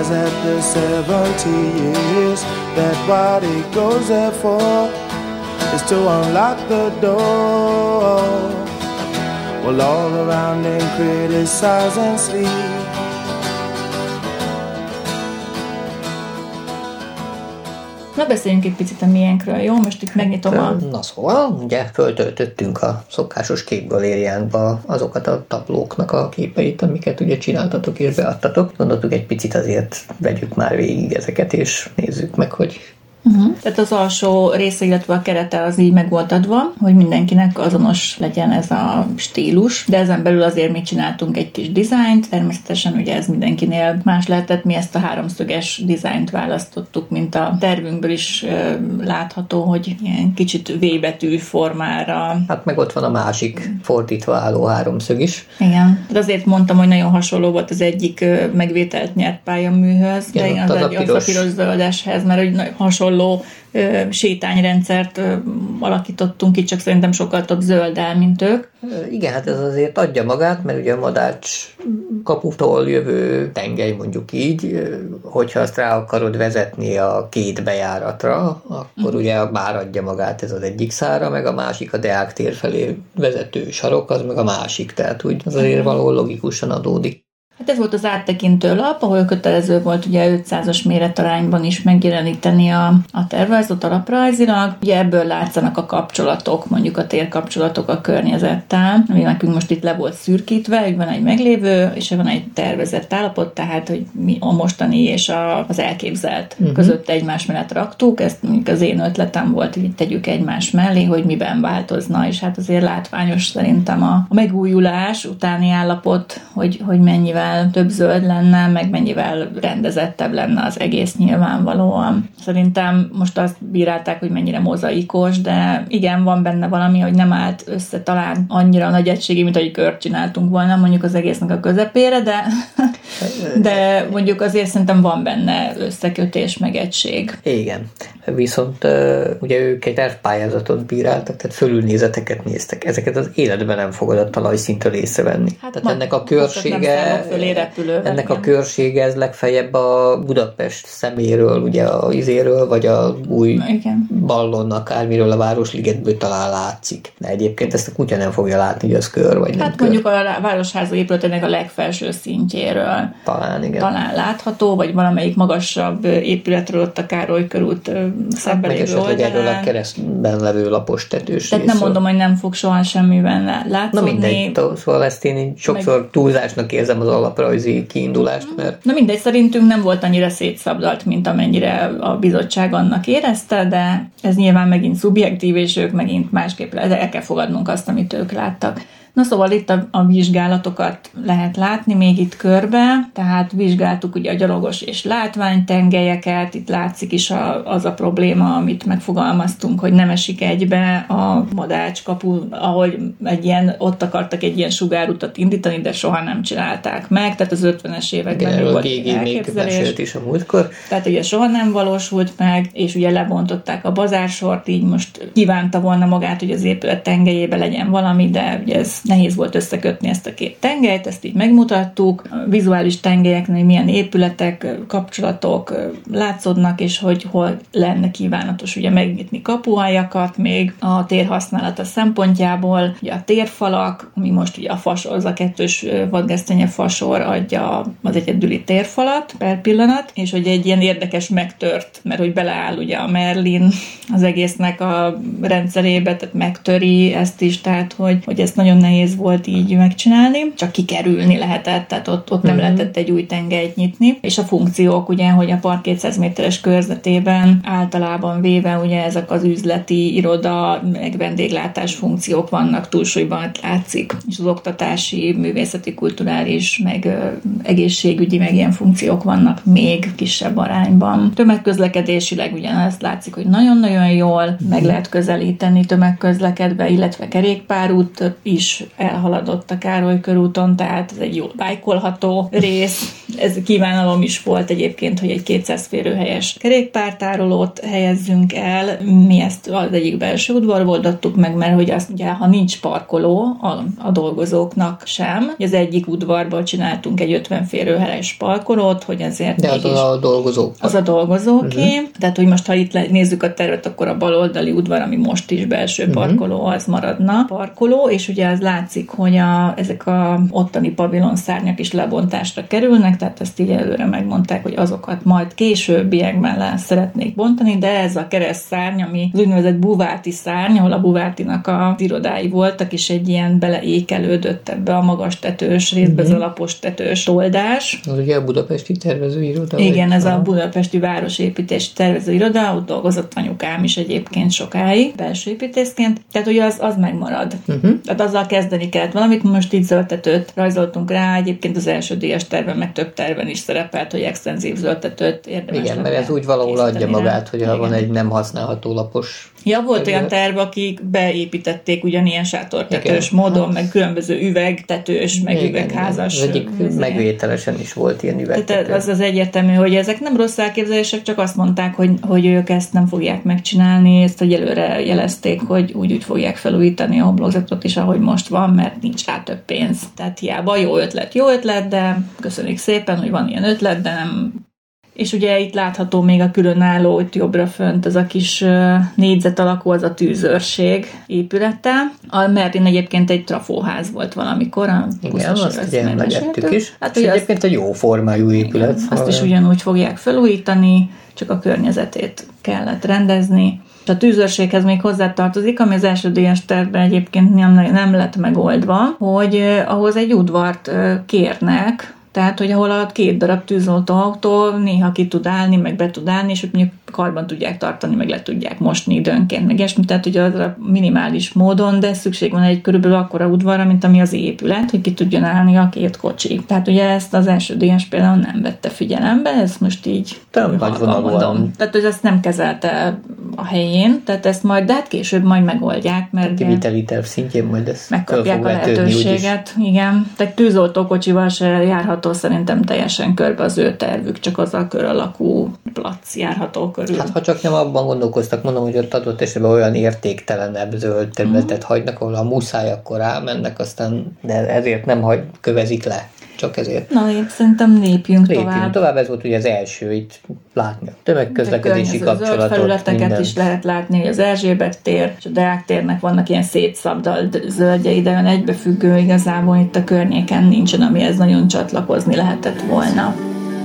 realize after 70 years that what he goes there for is to unlock the door. Well, all around them criticize and sleep. Na, beszéljünk egy picit a miénkről, jó? Most itt megnyitom a... Na szóval, ugye föltöltöttünk a szokásos képgalériánkba azokat a tablóknak a képeit, amiket ugye csináltatok és beadtatok. Gondoltuk, egy picit azért vegyük már végig ezeket, és nézzük meg, hogy... Tehát az alsó része, illetve a kerete az így meg volt adva, hogy mindenkinek azonos legyen ez a stílus, de ezen belül azért mi csináltunk egy kis dizájnt, természetesen ugye ez mindenkinél más lehetett, mi ezt a háromszöges dizájnt választottuk, mint a tervünkből is látható, hogy ilyen kicsit V betű formára. Hát meg ott van a másik fordítva álló háromszög is. Igen, de azért mondtam, hogy nagyon hasonló volt az egyik megvételt nyert pályaműhöz, de igen, az a piros-zöldeshez, mert hogy hasonló sétányrendszert alakítottunk ki, csak szerintem sokkal több zölddel, mint ők. Igen, hát ez azért adja magát, mert ugye a Madács kaputól jövő tengely, mondjuk így, hogyha azt rá akarod vezetni a két bejáratra, akkor ugye már adja magát ez az egyik szára, meg a másik a Deák tér felé vezető sarok, az meg a másik, tehát úgy az azért valahol logikusan adódik. Hát ez volt az áttekintő lap, ahol kötelező volt ugye 500-as méretarányban is megjeleníteni a tervezet alaprajzilag. Ugye ebből látszanak a kapcsolatok, mondjuk a térkapcsolatok a környezettel, ami nekünk most itt le volt szürkítve, hogy van egy meglévő, és van egy tervezett állapot, tehát hogy mi a mostani és az elképzelt között egymás mellett raktuk. Ezt mondjuk az én ötletem volt, hogy tegyük egymás mellé, hogy miben változna, és hát azért látványos szerintem a megújulás utáni állapot, hogy mennyivel több zöld lenne, meg mennyivel rendezettebb lenne az egész nyilvánvalóan. Szerintem most azt bírálták, hogy mennyire mozaikos, de igen, van benne valami, hogy nem állt össze talán annyira nagy egységű, mint ahogy kört csináltunk volna mondjuk az egésznek a közepére, de mondjuk azért szerintem van benne összekötés, meg egység. Igen. Viszont ugye ők egy tervpályázatot bíráltak, tehát fölülnézeteket néztek. Ezeket az életben nem fogod a talajszintől észrevenni. Hát tehát ennek a körsége, ennek a körsége ez legfeljebb a Budapest szeméről, ugye a izéről, vagy a új ballon, akármiről a Városligetből talán látszik. De egyébként ezt a kutya nem fogja látni, hogy az kör, vagy nem hát kör. Mondjuk a Városháza épületének a legfelső szintjéről talán, igen. Talán látható, vagy valamelyik magasabb épületről ott a Károly körút szebb lévő oldalán. Erről a keresztben levő lapos tetős tehát nem mondom, hogy nem fog soha semmiben látszódni. Na mindegy, szóval ezt én sokszor túlzásnak érzem az alaprajzi kiindulást, mert... Na mindegy, szerintünk nem volt annyira szétszabdalt, mint amennyire a bizottság annak érezte, de ez nyilván megint szubjektív, és ők megint másképp el kell fogadnunk azt, amit ők láttak. Na szóval itt a vizsgálatokat lehet látni még itt körbe, tehát vizsgáltuk ugye a gyalogos és látványtengelyeket, itt látszik is az a probléma, amit megfogalmaztunk, hogy nem esik egybe a Madács kapu, ahogy ott akartak egy ilyen sugárutat indítani, de soha nem csinálták meg, tehát az 50-es években volt elképzelés. Is a múltkor. Tehát ugye soha nem valósult meg, és ugye lebontották a bazársort, így most kívánta volna magát, hogy az épület tengelyébe legyen valami, de ugye ez nehéz volt összekötni ezt a két tengelyt, ezt így megmutattuk. A vizuális tengelyeknél milyen épületek, kapcsolatok látszódnak, és hogy hol lenne kívánatos ugye megnyitni kapualjakat még a tér használata szempontjából. Ugye a térfalak, ami most ugye a fasor, az a kettős vadgesztenye fasor adja az egyedüli térfalat per pillanat, és hogy egy ilyen érdekes megtört, mert hogy beleáll ugye a Merlin az egésznek a rendszerébe, tehát megtöri ezt is, tehát hogy ezt nagyon nehéz volt így megcsinálni, csak kikerülni lehetett, tehát ott nem lehetett egy új tengelyt nyitni, és a funkciók ugye, hogy a park 200 méteres körzetében általában véve ugye ezek az üzleti, iroda, meg vendéglátás funkciók vannak túlsúlyban, látszik, és az oktatási, művészeti, kulturális, meg egészségügyi, meg ilyen funkciók vannak még kisebb arányban. Tömegközlekedésileg ugyanezt látszik, hogy nagyon-nagyon jól meg lehet közelíteni tömegközlekedve, illetve kerékpárút is is elhaladott a Károly körúton, tehát ez egy jól bájkolható rész. Ez kívánalom is volt egyébként, hogy egy 200 férőhelyes kerékpártárolót helyezzünk el. Mi ezt az egyik belső udvarból adtuk meg, mert hogy azt ugye, ha nincs parkoló a dolgozóknak sem, az egyik udvarból csináltunk egy 50 férőhelyes parkolót, hogy azért de az a dolgozók. Az a dolgozóké. Tehát, hogy most ha itt nézzük a tervet, akkor a baloldali udvar, ami most is belső parkoló, az maradna parkoló, és ugye az látszik, hogy ezek a ottani pavilonszárnyak is lebontásra kerülnek, tehát ezt így előre megmondták, hogy azokat majd későbbiekben le szeretnék bontani, de ez a keresztszárny, ami az úgynevezett Buvárti szárny, ahol a Buvártinak a irodái voltak, és egy ilyen beleékelődött ebbe a magas tetős, részbe az alapos tetős toldás. Az ugye a budapesti tervezőiroda? Igen, ez a budapesti városépítési tervezőiroda, ott dolgozott anyukám is egyébként sokáig, belső építészként, tehát ugye az megmarad. Tehát azzal kezdeni kellett valamit, most itt zöldtetőt rajzoltunk rá, egyébként az első díjas terven, meg több terven is szerepelt, hogy extenzív zöldtetőt érdemes. Igen, mert ez úgy valahol adja magát, hogy ha van egy nem használható lapos. Ja, volt olyan terv, akik beépítették ugyanilyen sátortetős módon, meg különböző üvegtetős, meg üvegházas. Az egyik megvételesen is volt ilyen üvegtető. Tehát az egyértelmű, hogy ezek nem rossz elképzelések, csak azt mondták, hogy ők ezt nem fogják megcsinálni, ezt hogy előre jelezték, hogy úgy fogják felújítani a homlokzatot is, ahogy most van, mert nincs rá több pénz. Tehát hiába jó ötlet, de köszönjük szépen, hogy van ilyen ötlet, de nem. És ugye itt látható még a különálló, itt jobbra fönt, ez a kis négyzet alakú, az a tűzőrség épülete. A Merlin egyébként egy trafóház volt valamikor. Igen, azt emlegettük is. Hát, és egyébként egy jó formájú épület. Azt is ugyanúgy fogják felújítani, csak a környezetét kellett rendezni. A tűzőrséghez még hozzátartozik, ami az első díjas tervben egyébként nem lett megoldva, hogy ahhoz egy udvart kérnek, tehát, hogy ahol a 2 darab tűzoltóautó néha ki tud állni, meg be tud állni, és mondjuk karban tudják tartani, meg le tudják mosni időnként, meg ilyesmi, tehát ugye az a minimális módon, de szükség van egy körülbelül akkora udvarra, mint ami az épület, hogy ki tudjon állni a 2 kocsi. Tehát ugye ezt az első díjas például nem vette figyelembe, ezt most így mondom. Tehát, hogy ezt nem kezelte a helyén, tehát ezt majd, de hát később majd megoldják, mert viteli terv szintjén majd ezt megkapják a lehetőséget. Igen, tehát tűzoltókocsival se járható szerintem teljesen körbe az ő tervük, csak az a kör alakú plac járható körül. Hát ha csak nem abban gondolkoztak, mondom, hogy ott adott esetben olyan értéktelenebb zöld területet hagynak, ahol a muszáj, akkor rámennek, aztán de ezért nem kövezik le. Csak ezért. Na, én szerintem lépjünk tovább. Ez volt ugye az első, itt látni a tömegközlekedési kapcsolatot. Zöld felületeket is lehet látni, hogy az Erzsébet tér és a Deák térnek vannak ilyen szétszabdalt zöldjei, de olyan egybefüggő igazából itt a környéken nincsen, amihez nagyon csatlakozni lehetett volna.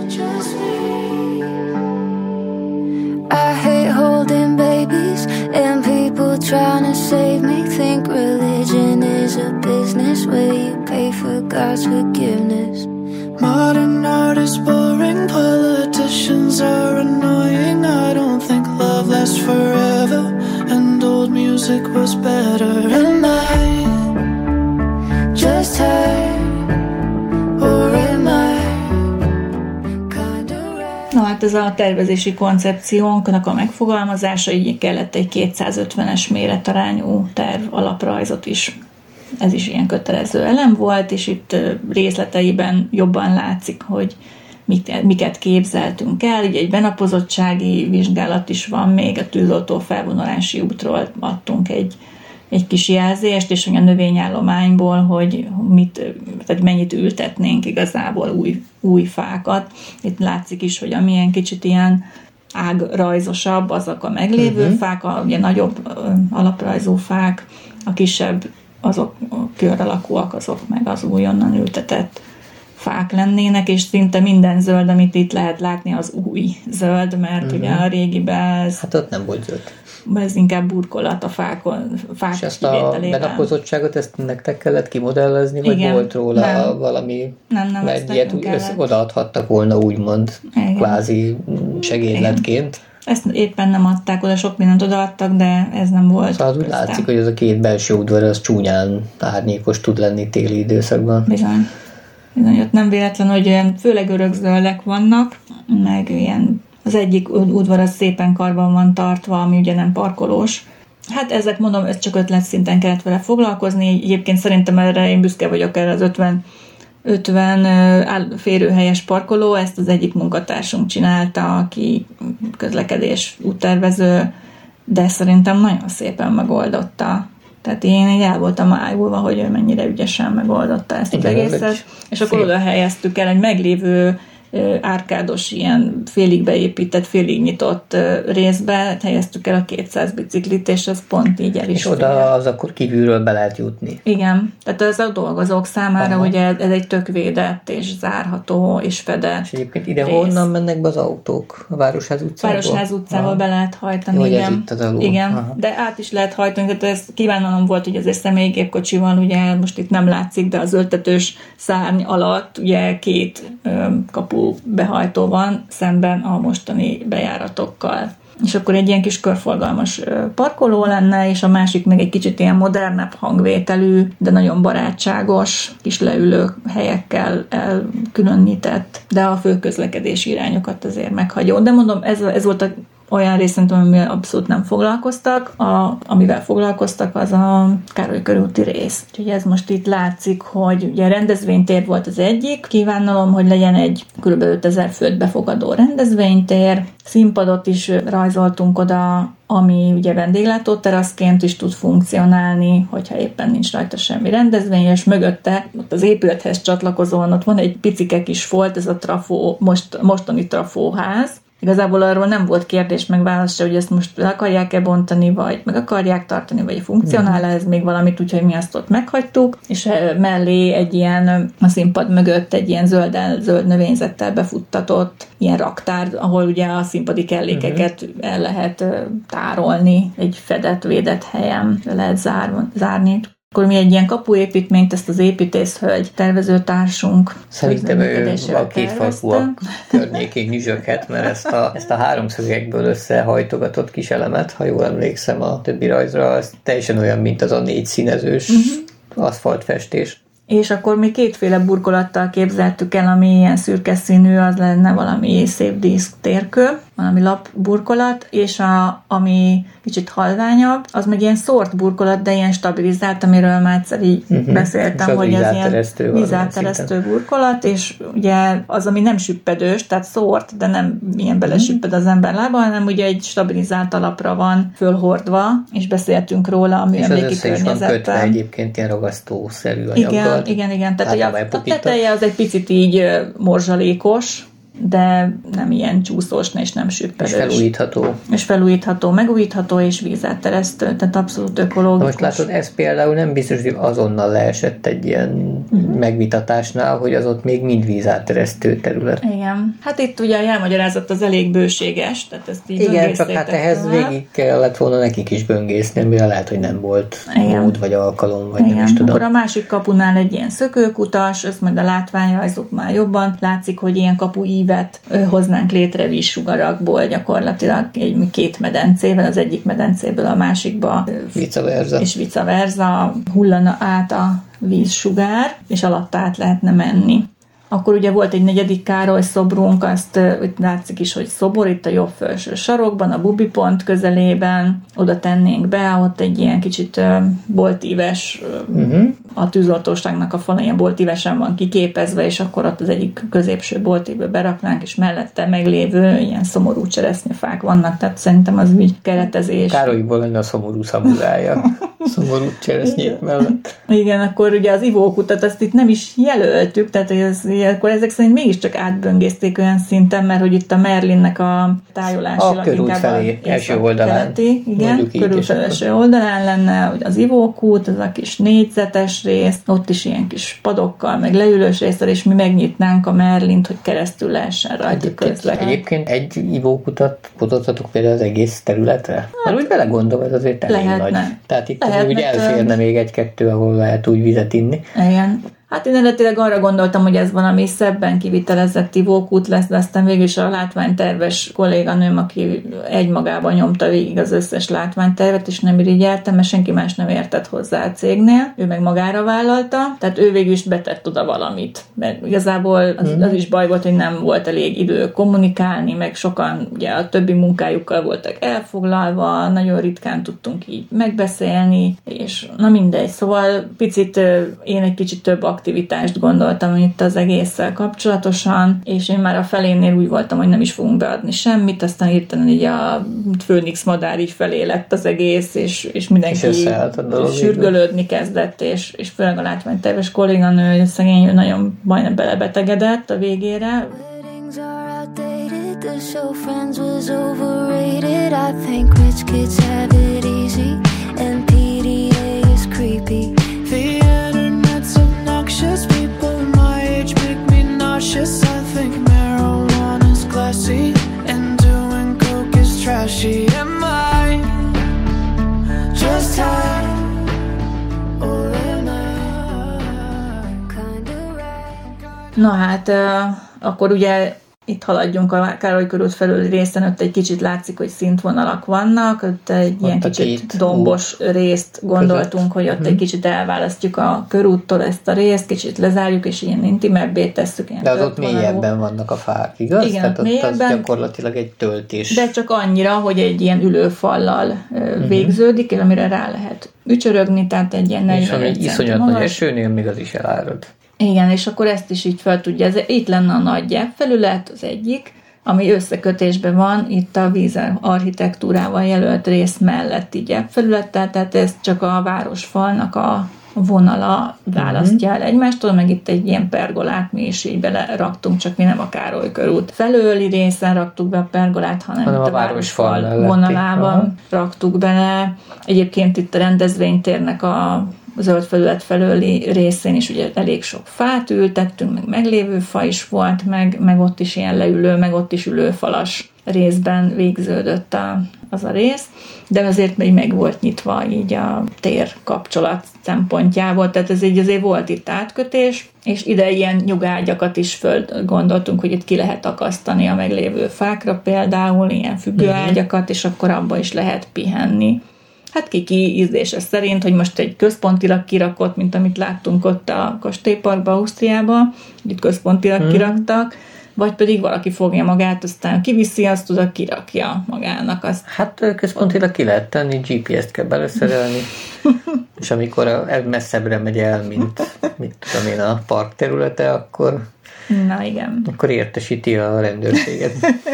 I hate holding babies and people trying to save me. Think religion is a business where you pay for God's forgiveness. Modern art is boring, politicians are annoying. I don't think love lasts forever, and old music was better. Am I just hurt, or am I? Na hát ez a tervezési koncepciónknak a megfogalmazása, így kellett egy 250-es méretarányú terv alaprajzot is. Ez is ilyen kötelező elem volt, és itt részleteiben jobban látszik, hogy miket képzeltünk el. Így egy benapozottsági vizsgálat is van még, a tűzoltó felvonulási útról adtunk egy kis jelzést, és a növényállományból, hogy mennyit ültetnénk igazából új fákat. Itt látszik is, hogy amilyen kicsit ilyen ágrajzosabb azok a meglévő fák, a ugye nagyobb alaprajzú fák, a kisebb azok a kör alakúak, azok meg az újonnan ültetett fák lennének, és szinte minden zöld, amit itt lehet látni, az új zöld, mert ugye a régiben ez... Hát ott nem volt zöld. Ez inkább burkolat a fák és ezt a benapozottságot, ezt nektek kellett kimodellezni, vagy igen, volt róla valami, mert ilyet odaadhattak volna úgymond, igen, kvázi segédletként. Ezt éppen nem adták oda, sok mindent odaadtak, de ez nem volt. Szóval úgy látszik, hogy ez a 2 belső udvar az csúnyán árnyékos tud lenni téli időszakban. Bizony, ott nem véletlen, hogy főleg örökzöldek vannak, meg ilyen az egyik udvar az szépen karban van tartva, ami ugye nem parkolós, Hát ezek mondom, ez csak ötletszinten kellett vele foglalkozni. Egyébként szerintem erre én büszke vagyok erre az 50 férőhelyes parkoló, ezt az egyik munkatársunk csinálta, aki közlekedés úttervező, de szerintem nagyon szépen megoldotta. Tehát én így el voltam ájulva, hogy ő mennyire ügyesen megoldotta ezt az egészet. És akkor oda helyeztük el egy meglévő árkádos, ilyen félig beépített, félig nyitott részbe, helyeztük el a 200 biciklit, és ez pont így el is. És oda az akkor kívülről be lehet jutni. Igen, tehát ez a dolgozók számára, ugye ez egy tök védett, és zárható, és fedett. És egyébként ide honnan mennek be az autók? A Városház utcából? Városház utcából be lehet hajtani, jó, igen. Ez itt az alul. Igen, de át is lehet hajtani, tehát ez kívánalom volt, hogy azért személygépkocsival, ugye most itt nem látszik, de az öltetős szárny alatt ugye 2 kapu behajtó van szemben a mostani bejáratokkal. És akkor egy ilyen kis körforgalmas parkoló lenne, és a másik meg egy kicsit ilyen modernebb hangvételű, de nagyon barátságos, kis leülő helyekkel elkülönített, de a főközlekedési irányokat azért meghagyó. De mondom, ez volt olyan rész, amivel abszolút nem foglalkoztak. Amivel foglalkoztak, az a Károly körúti rész. Úgyhogy ez most itt látszik, hogy ugye rendezvénytér volt az egyik. Kívánalom, hogy legyen egy kb. 5000 főt befogadó rendezvénytér. Színpadot is rajzoltunk oda, ami ugye vendéglátóteraszként is tud funkcionálni, hogyha éppen nincs rajta semmi rendezvény, és mögötte, ott az épülethez csatlakozóan, ott van egy picike kis folt, ez a trafó, mostani trafóház. Igazából arról nem volt kérdés meg válasz se, hogy ezt most le akarják-e bontani, vagy meg akarják tartani, vagy funkcionál-e ez még valamit, úgyhogy mi azt ott meghagytuk, és mellé egy ilyen, a színpad mögött egy ilyen zöld növényzettel befuttatott ilyen raktár, ahol ugye a színpadi kellékeket el lehet tárolni, egy fedett, védett helyen lehet zárni. Akkor mi egy ilyen kapuépítményt, ezt az építészhölgy tervezőtársunk szerintem ő a kétfalkúak környékén nyüzsöghet, mert ezt a háromszögekből összehajtogatott kis elemet, ha jól emlékszem a többi rajzra, az teljesen olyan, mint az a 4 színezős aszfaltfestés. És akkor mi 2 burkolattal képzeltük el, ami ilyen szürke színű, az lenne valami szép dísztérkő, valami lapburkolat, és ami kicsit halványabb, az meg ilyen szórt burkolat, de ilyen stabilizált, amiről már egyszer így beszéltem, hogy ez ilyen vízátteresztő burkolat, és ugye az, ami nem süppedős, tehát szórt, de nem ilyen belesüpped az ember lába, hanem ugye egy stabilizált alapra van fölhordva, és beszéltünk róla a műemléki környezetben. És az össze is van kötve egyébként ilyen ragasztószerű anyaggal. Igen. Tehát a teteje az egy picit így morzsalékos, de nem ilyen csúszós, és nem süppedős. És felújítható, megújítható, és vízátteresztő, tehát abszolút ökológikus. Most látod, ez például nem biztos, hogy azonnal leesett egy ilyen megvitatásnál, hogy az ott még mind vízátteresztő terület. Igen. Hát itt ugye a jelmagyarázat az elég bőséges, tehát ezt így igen, csak hát ehhez végig kellett volna nekik is böngészni, amire lehet, hogy nem volt mód, vagy alkalom, vagy nem is tudom. Akkor a másik kapunál egy ilyen szökőkutas, ez majd a látványrajzok már jobban látszik, hogy ilyen kapuívet hoznánk létre vízsugarakból, gyakorlatilag egy 2 medencével, az egyik medencéből a másikba és vice versa hullana át a vízsugár, és alatta át lehetne menni. Akkor ugye volt egy 4. Károly szobrunk, azt itt látszik is, hogy szobor, itt a jobb felső sarokban, a Bubi pont közelében, oda tennénk be, ott egy ilyen kicsit boltíves, a tűzoltóságnak a fala ilyen boltívesen van kiképezve, és akkor ott az egyik középső boltívbe beraknánk, és mellette meglévő ilyen szomorú cseresznyefák vannak, tehát szerintem az úgy keretezés. Károlyból lenne a szomorú szamurája. Szomorú cseresznyét mellett. Igen, akkor ugye az ivókutat azt itt nem is jelöltük, tehát akkor ezek szerint mégiscsak átböngészték olyan szinten, mert hogy itt a Merlinnek a tájolásilag a körút felé, első oldalán. Igen, körút első oldalán lenne az ivókút, az a kis négyzetes rész, ott is ilyen kis padokkal, meg leülős részsel, és mi megnyitnánk a Merlint, hogy keresztül lehessen rajta közlekedni. Egyébként egy ivókutat botottatok például az egész területre? Mert úgy belegondolom, ez azért elég nagy. Tehát itt úgy elférne még 1-2, ahol lehet úgy vizet inni. Igen. Hát én eredetileg arra gondoltam, hogy ez valami szebben kivitelezett ivókút lesz, de aztán végül is a látványterves kolléganőm, aki egymagában nyomta végig az összes látványtervet, és nem irigyeltem, mert senki más nem értett hozzá a cégnél. Ő meg magára vállalta, tehát ő végül is betett oda valamit. Mert igazából az is baj volt, hogy nem volt elég idő kommunikálni, meg sokan ugye a többi munkájukkal voltak elfoglalva, nagyon ritkán tudtunk így megbeszélni, és na mindegy, szóval picit én egy kicsit több aktivitást gondoltam itt az egésszel kapcsolatosan, és én már a felénél úgy voltam, hogy nem is fogunk beadni semmit, aztán hirtelen így a Főnix madár így felé lett az egész, és mindenki sürgölődni kezdett, és főleg a látványterves kolléganő, szegény, nagyon majdnem belebetegedett a végére. The show Friends was overrated. I think rich kids have it easy and PDA is creepy. The internet's obnoxious. People my age make me nauseous. I think marijuana's classy and doing coke is trashy. Am I just high or am I kind of right? Na hát, akkor ugye itt haladjunk a Károly körút felüli részen, ott egy kicsit látszik, hogy szintvonalak vannak, ott egy ilyen kicsit dombos részt gondoltunk, hogy ott egy kicsit elválasztjuk a körúttól ezt a részt, kicsit lezárjuk, és ilyen intimebbé tesszük. De az ott mélyebben vannak a fák, igaz? Igen, tehát ott az gyakorlatilag egy töltés. De csak annyira, hogy egy ilyen ülőfallal végződik, és amire rá lehet ücsörögni, tehát egy ilyen 41 cm iszonyat nagy esőnél még az is elárad. Igen, és akkor ezt is így fel tudja. Itt lenne a nagy gyepfelület, az egyik, ami összekötésben van itt a víz architektúrával jelölt rész melletti gyepfelülettel, tehát ez csak a városfalnak a vonala választja el egymástól, meg itt egy ilyen pergolát mi is így beleraktunk, csak mi nem a Károly körút felőli részen raktuk be a pergolát, hanem itt a városfal vonalában raktuk bele. Egyébként itt a rendezvénytérnek a zöld felület felőli részén is ugye elég sok fát ültettünk, meg meglévő fa is volt, meg ott is ilyen leülő, meg ott is ülőfalas részben végződött az a rész, de azért még meg volt nyitva így a tér kapcsolat szempontjából, tehát ez így azért volt itt átkötés, és ide ilyen nyugágyakat is föl gondoltunk, hogy itt ki lehet akasztani a meglévő fákra például, ilyen függőágyakat, és akkor abba is lehet pihenni. Hát ki ízlése szerint, hogy most egy központilag kirakott, mint amit láttunk ott a Kastélyparkban, Ausztriában, itt központilag kiraktak, vagy pedig valaki fogja magát, aztán kiviszi, azt oda kirakja magának. Azt. Hát központilag ki lehet tenni, GPS-t kell beleszerelni, és amikor messzebbre megy el, mint tudom én, a park területe, akkor, na igen. Akkor értesíti a rendőrséget.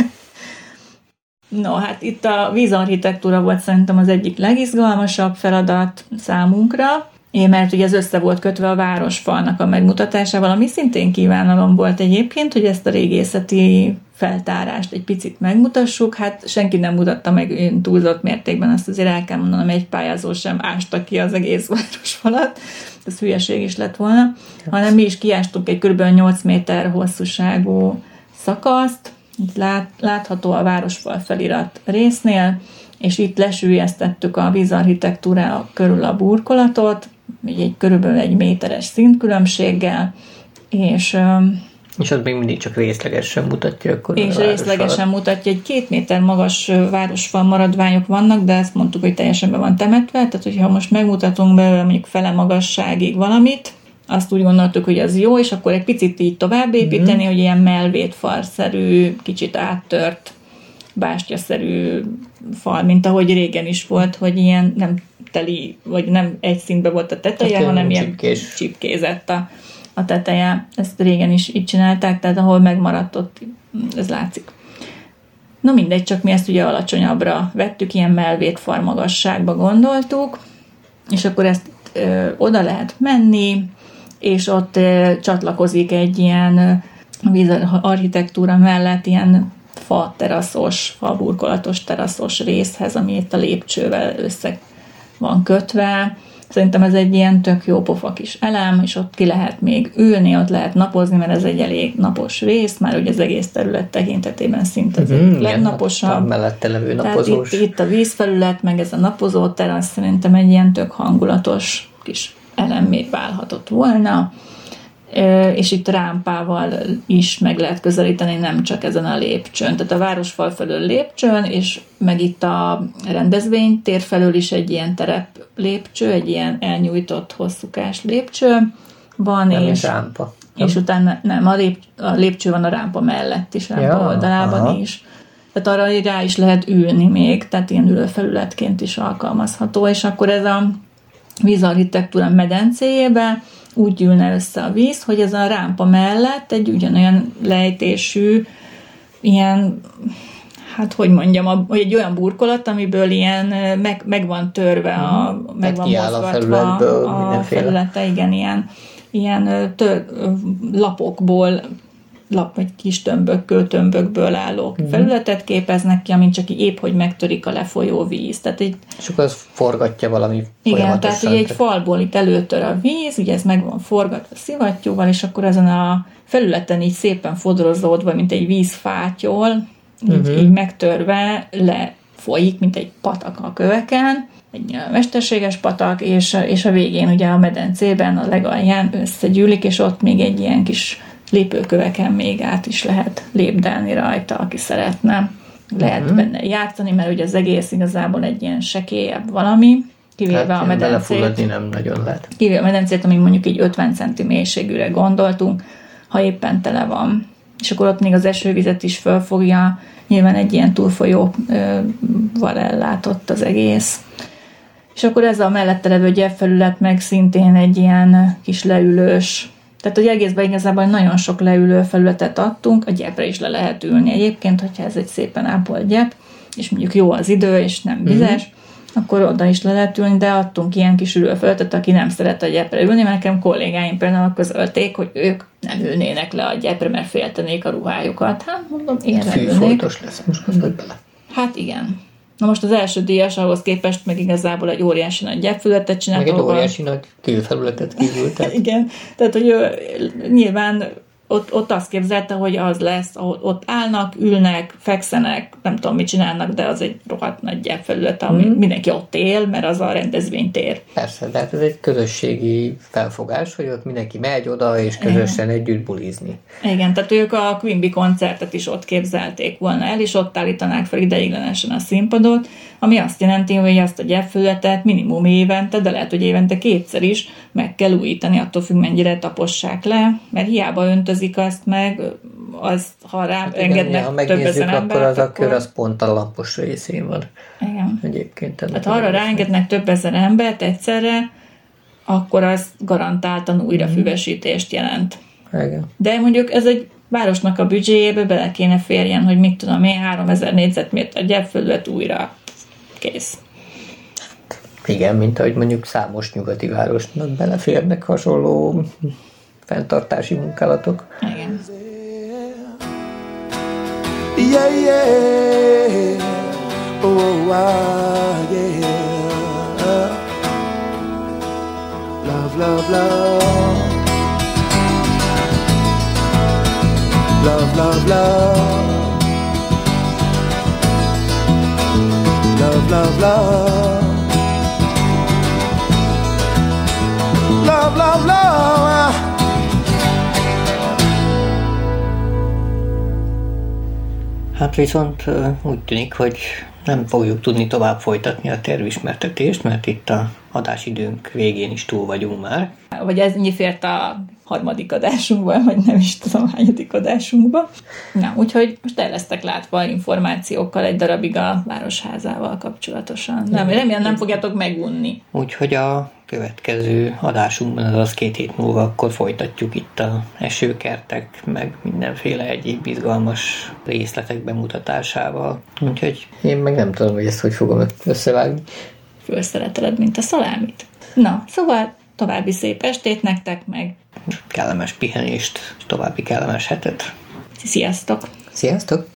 No, hát itt a vízarchitektúra volt szerintem az egyik legizgalmasabb feladat számunkra, mert ugye ez össze volt kötve a városfalnak a megmutatásával, ami szintén kívánalom volt egyébként, hogy ezt a régészeti feltárást egy picit megmutassuk. Hát senki nem mutatta meg túlzott mértékben, azt azért el kell mondanom, egy pályázó sem ásta ki az egész városfalat, ez hülyeség is lett volna, hanem mi is kiástunk egy kb. 8 méter hosszúságú szakaszt, itt látható a városfal felirat résznél, és itt lesüllyesztettük a vízarchitektúra körül a burkolatot, egy körülbelül 1 méteres szintkülönbséggel, és az még mindig csak részlegesen mutatja. Akkor és részlegesen mutatja, egy 2 méter magas városfal maradványok vannak, de ezt mondtuk, hogy teljesen be van temetve, tehát hogyha most megmutatunk belőle mondjuk fele magasságig valamit, azt úgy gondoltuk, hogy az jó, és akkor egy picit így tovább építeni, hogy ilyen melvétfalszerű, kicsit áttört, bástyaszerű fal, mint ahogy régen is volt, hogy ilyen nem teli, vagy nem egy szintben volt a teteje, hát hanem ilyen csipkézett a teteje. Ezt régen is így csinálták, tehát ahol megmaradt, ott ez látszik. No mindegy, csak mi ezt ugye alacsonyabbra vettük, ilyen melvétfal magasságba gondoltuk, és akkor ezt oda lehet menni, és ott csatlakozik egy ilyen vízarchitektúra mellett ilyen faburkolatos teraszos részhez, ami itt a lépcsővel össze van kötve. Szerintem ez egy ilyen tök jó pofa kis elem, és ott ki lehet még ülni, ott lehet napozni, mert ez egy elég napos rész, már ugye az egész terület tekintetében szinte az egyik legnaposabb. Mellette levő napozós. Tehát itt a vízfelület, meg ez a napozó terasz szerintem egy ilyen tök hangulatos kis elemmé válhatott volna. és itt rámpával is meg lehet közelíteni, nem csak ezen a lépcsőn. Tehát a városfal felől lépcsőn, és meg itt a rendezvénytér felől is egy ilyen terep lépcső, egy ilyen elnyújtott hosszúkás lépcső van, nem és rámpa. És utána nem, a lépcső van a rámpa mellett is, rámpa oldalában is. Tehát arra rá is lehet ülni még, tehát ilyen ülőfelületként is alkalmazható, és akkor ez a vízarchitektúra medencéjébe úgy ülne össze a víz, hogy ez a rámpa mellett egy ugyanolyan lejtésű, ilyen, hát hogy mondjam, hogy egy olyan burkolat, amiből ilyen meg van törve, meg van mozgatva a felülete, igen, ilyen lapokból, vagy kis tömbökből álló felületet képeznek ki, amint csak épp, hogy megtörik a lefolyó víz. Tehát és akkor az forgatja valami igen, tehát ugye egy falból itt előtör a víz, ugye ez meg van forgatva szivattyúval, és akkor ezen a felületen így szépen fodrozódva, mint egy vízfátyol, így megtörve lefolyik, mint egy patak a köveken, egy mesterséges patak, és a végén ugye a medencében, a legalján összegyűlik, és ott még egy ilyen kis lépőköveken még át is lehet lépdelni rajta, aki szeretne. Lehet benne játszani, mert ugye az egész igazából egy ilyen sekélyebb valami, kivéve a medencét. Nem nagyon lehet. Kivéve a medencét, ami mondjuk így 50 cm mélységűre gondoltunk, ha éppen tele van. És akkor ott még az esővizet is fölfogja, nyilván egy ilyen túlfolyóval ellátott az egész. És akkor ez a mellette levő gyepfelület meg szintén egy ilyen kis leülős. Tehát, hogy egészben igazából nagyon sok leülő felületet adtunk, a gyepre is le lehet ülni. Egyébként, hogyha ez egy szépen ápolt gyep, és mondjuk jó az idő, és nem vizes, akkor oda is le lehet ülni, de adtunk ilyen kis ülőfelületet, aki nem szeret a gyepre ülni, mert nekem kollégáim például közölték, hogy ők nem ülnének le a gyepre, mert féltenék a ruhájukat. Hát mondom, én leülnék. Fűfoltos lesz, most gondolj bele. Hát igen. Na most az első díjas ahhoz képest meg igazából egy óriási nagy gyepfelületet csinált. Meg egy óriási nagy külfelületet kívül. Tehát... igen, tehát hogy nyilván ott azt képzelte, hogy az lesz, ahol ott állnak, ülnek, fekszenek, nem tudom, mit csinálnak, de az egy rohadt nagy gyepfelület, ami mindenki ott él, mert az a rendezvénytér. Persze, de hát ez egy közösségi felfogás, hogy ott mindenki megy oda, és közösen együtt bulizni. Igen, tehát ők a Quimby koncertet is ott képzelték volna el, és ott állítanák fel ideiglenesen a színpadot, ami azt jelenti, hogy azt a gyepfelületet minimum évente, de lehet, hogy évente kétszer is meg kell újítani, attól függ, mennyire tapossák le, mert hiába öntözik azt meg, az, ha rá hát engednek igen, több ezer embert, akkor az a kör az pont a lapos részén van. Igen. Egyébként. Hát ha arra ráengednek több ezer embert egyszerre, akkor az garantáltan újrafüvesítést jelent. Igen. De mondjuk ez egy városnak a büdzséjébe bele kéne férjen, hogy mit tudom én, 3000 négyzetméter gyepfelület újra kész. Igen, mint ahogy mondjuk számos nyugati városnak beleférnek hasonló fenntartási munkálatok. Igen. Yeah, yeah. Oh, yeah. Love, love, love. Love, love, love. Love, love, love. Love, love, love. Hát viszont úgy tűnik, hogy nem fogjuk tudni tovább folytatni a tervismertetést, mert itt a adásidőnk végén is túl vagyunk már. Vagy ez ennyi fért a harmadik adásunkban, vagy nem is tudom, hányadik adásunkban. Na, úgyhogy most el lesztek látva információkkal egy darabig a Városházával kapcsolatosan. Nem, remélem nem fogjátok megunni. Úgyhogy a következő adásunkban, azaz 2 hét múlva, akkor folytatjuk itt a esőkertek, meg mindenféle egyéb izgalmas részletek bemutatásával. Úgyhogy én meg nem tudom, hogy ezt hogy fogom összevágni. Fölszereteled, mint a szalámit. Na, szóval további szép estét nektek, meg kellemes pihenést, további kellemes hetet. Sziasztok! Sziasztok!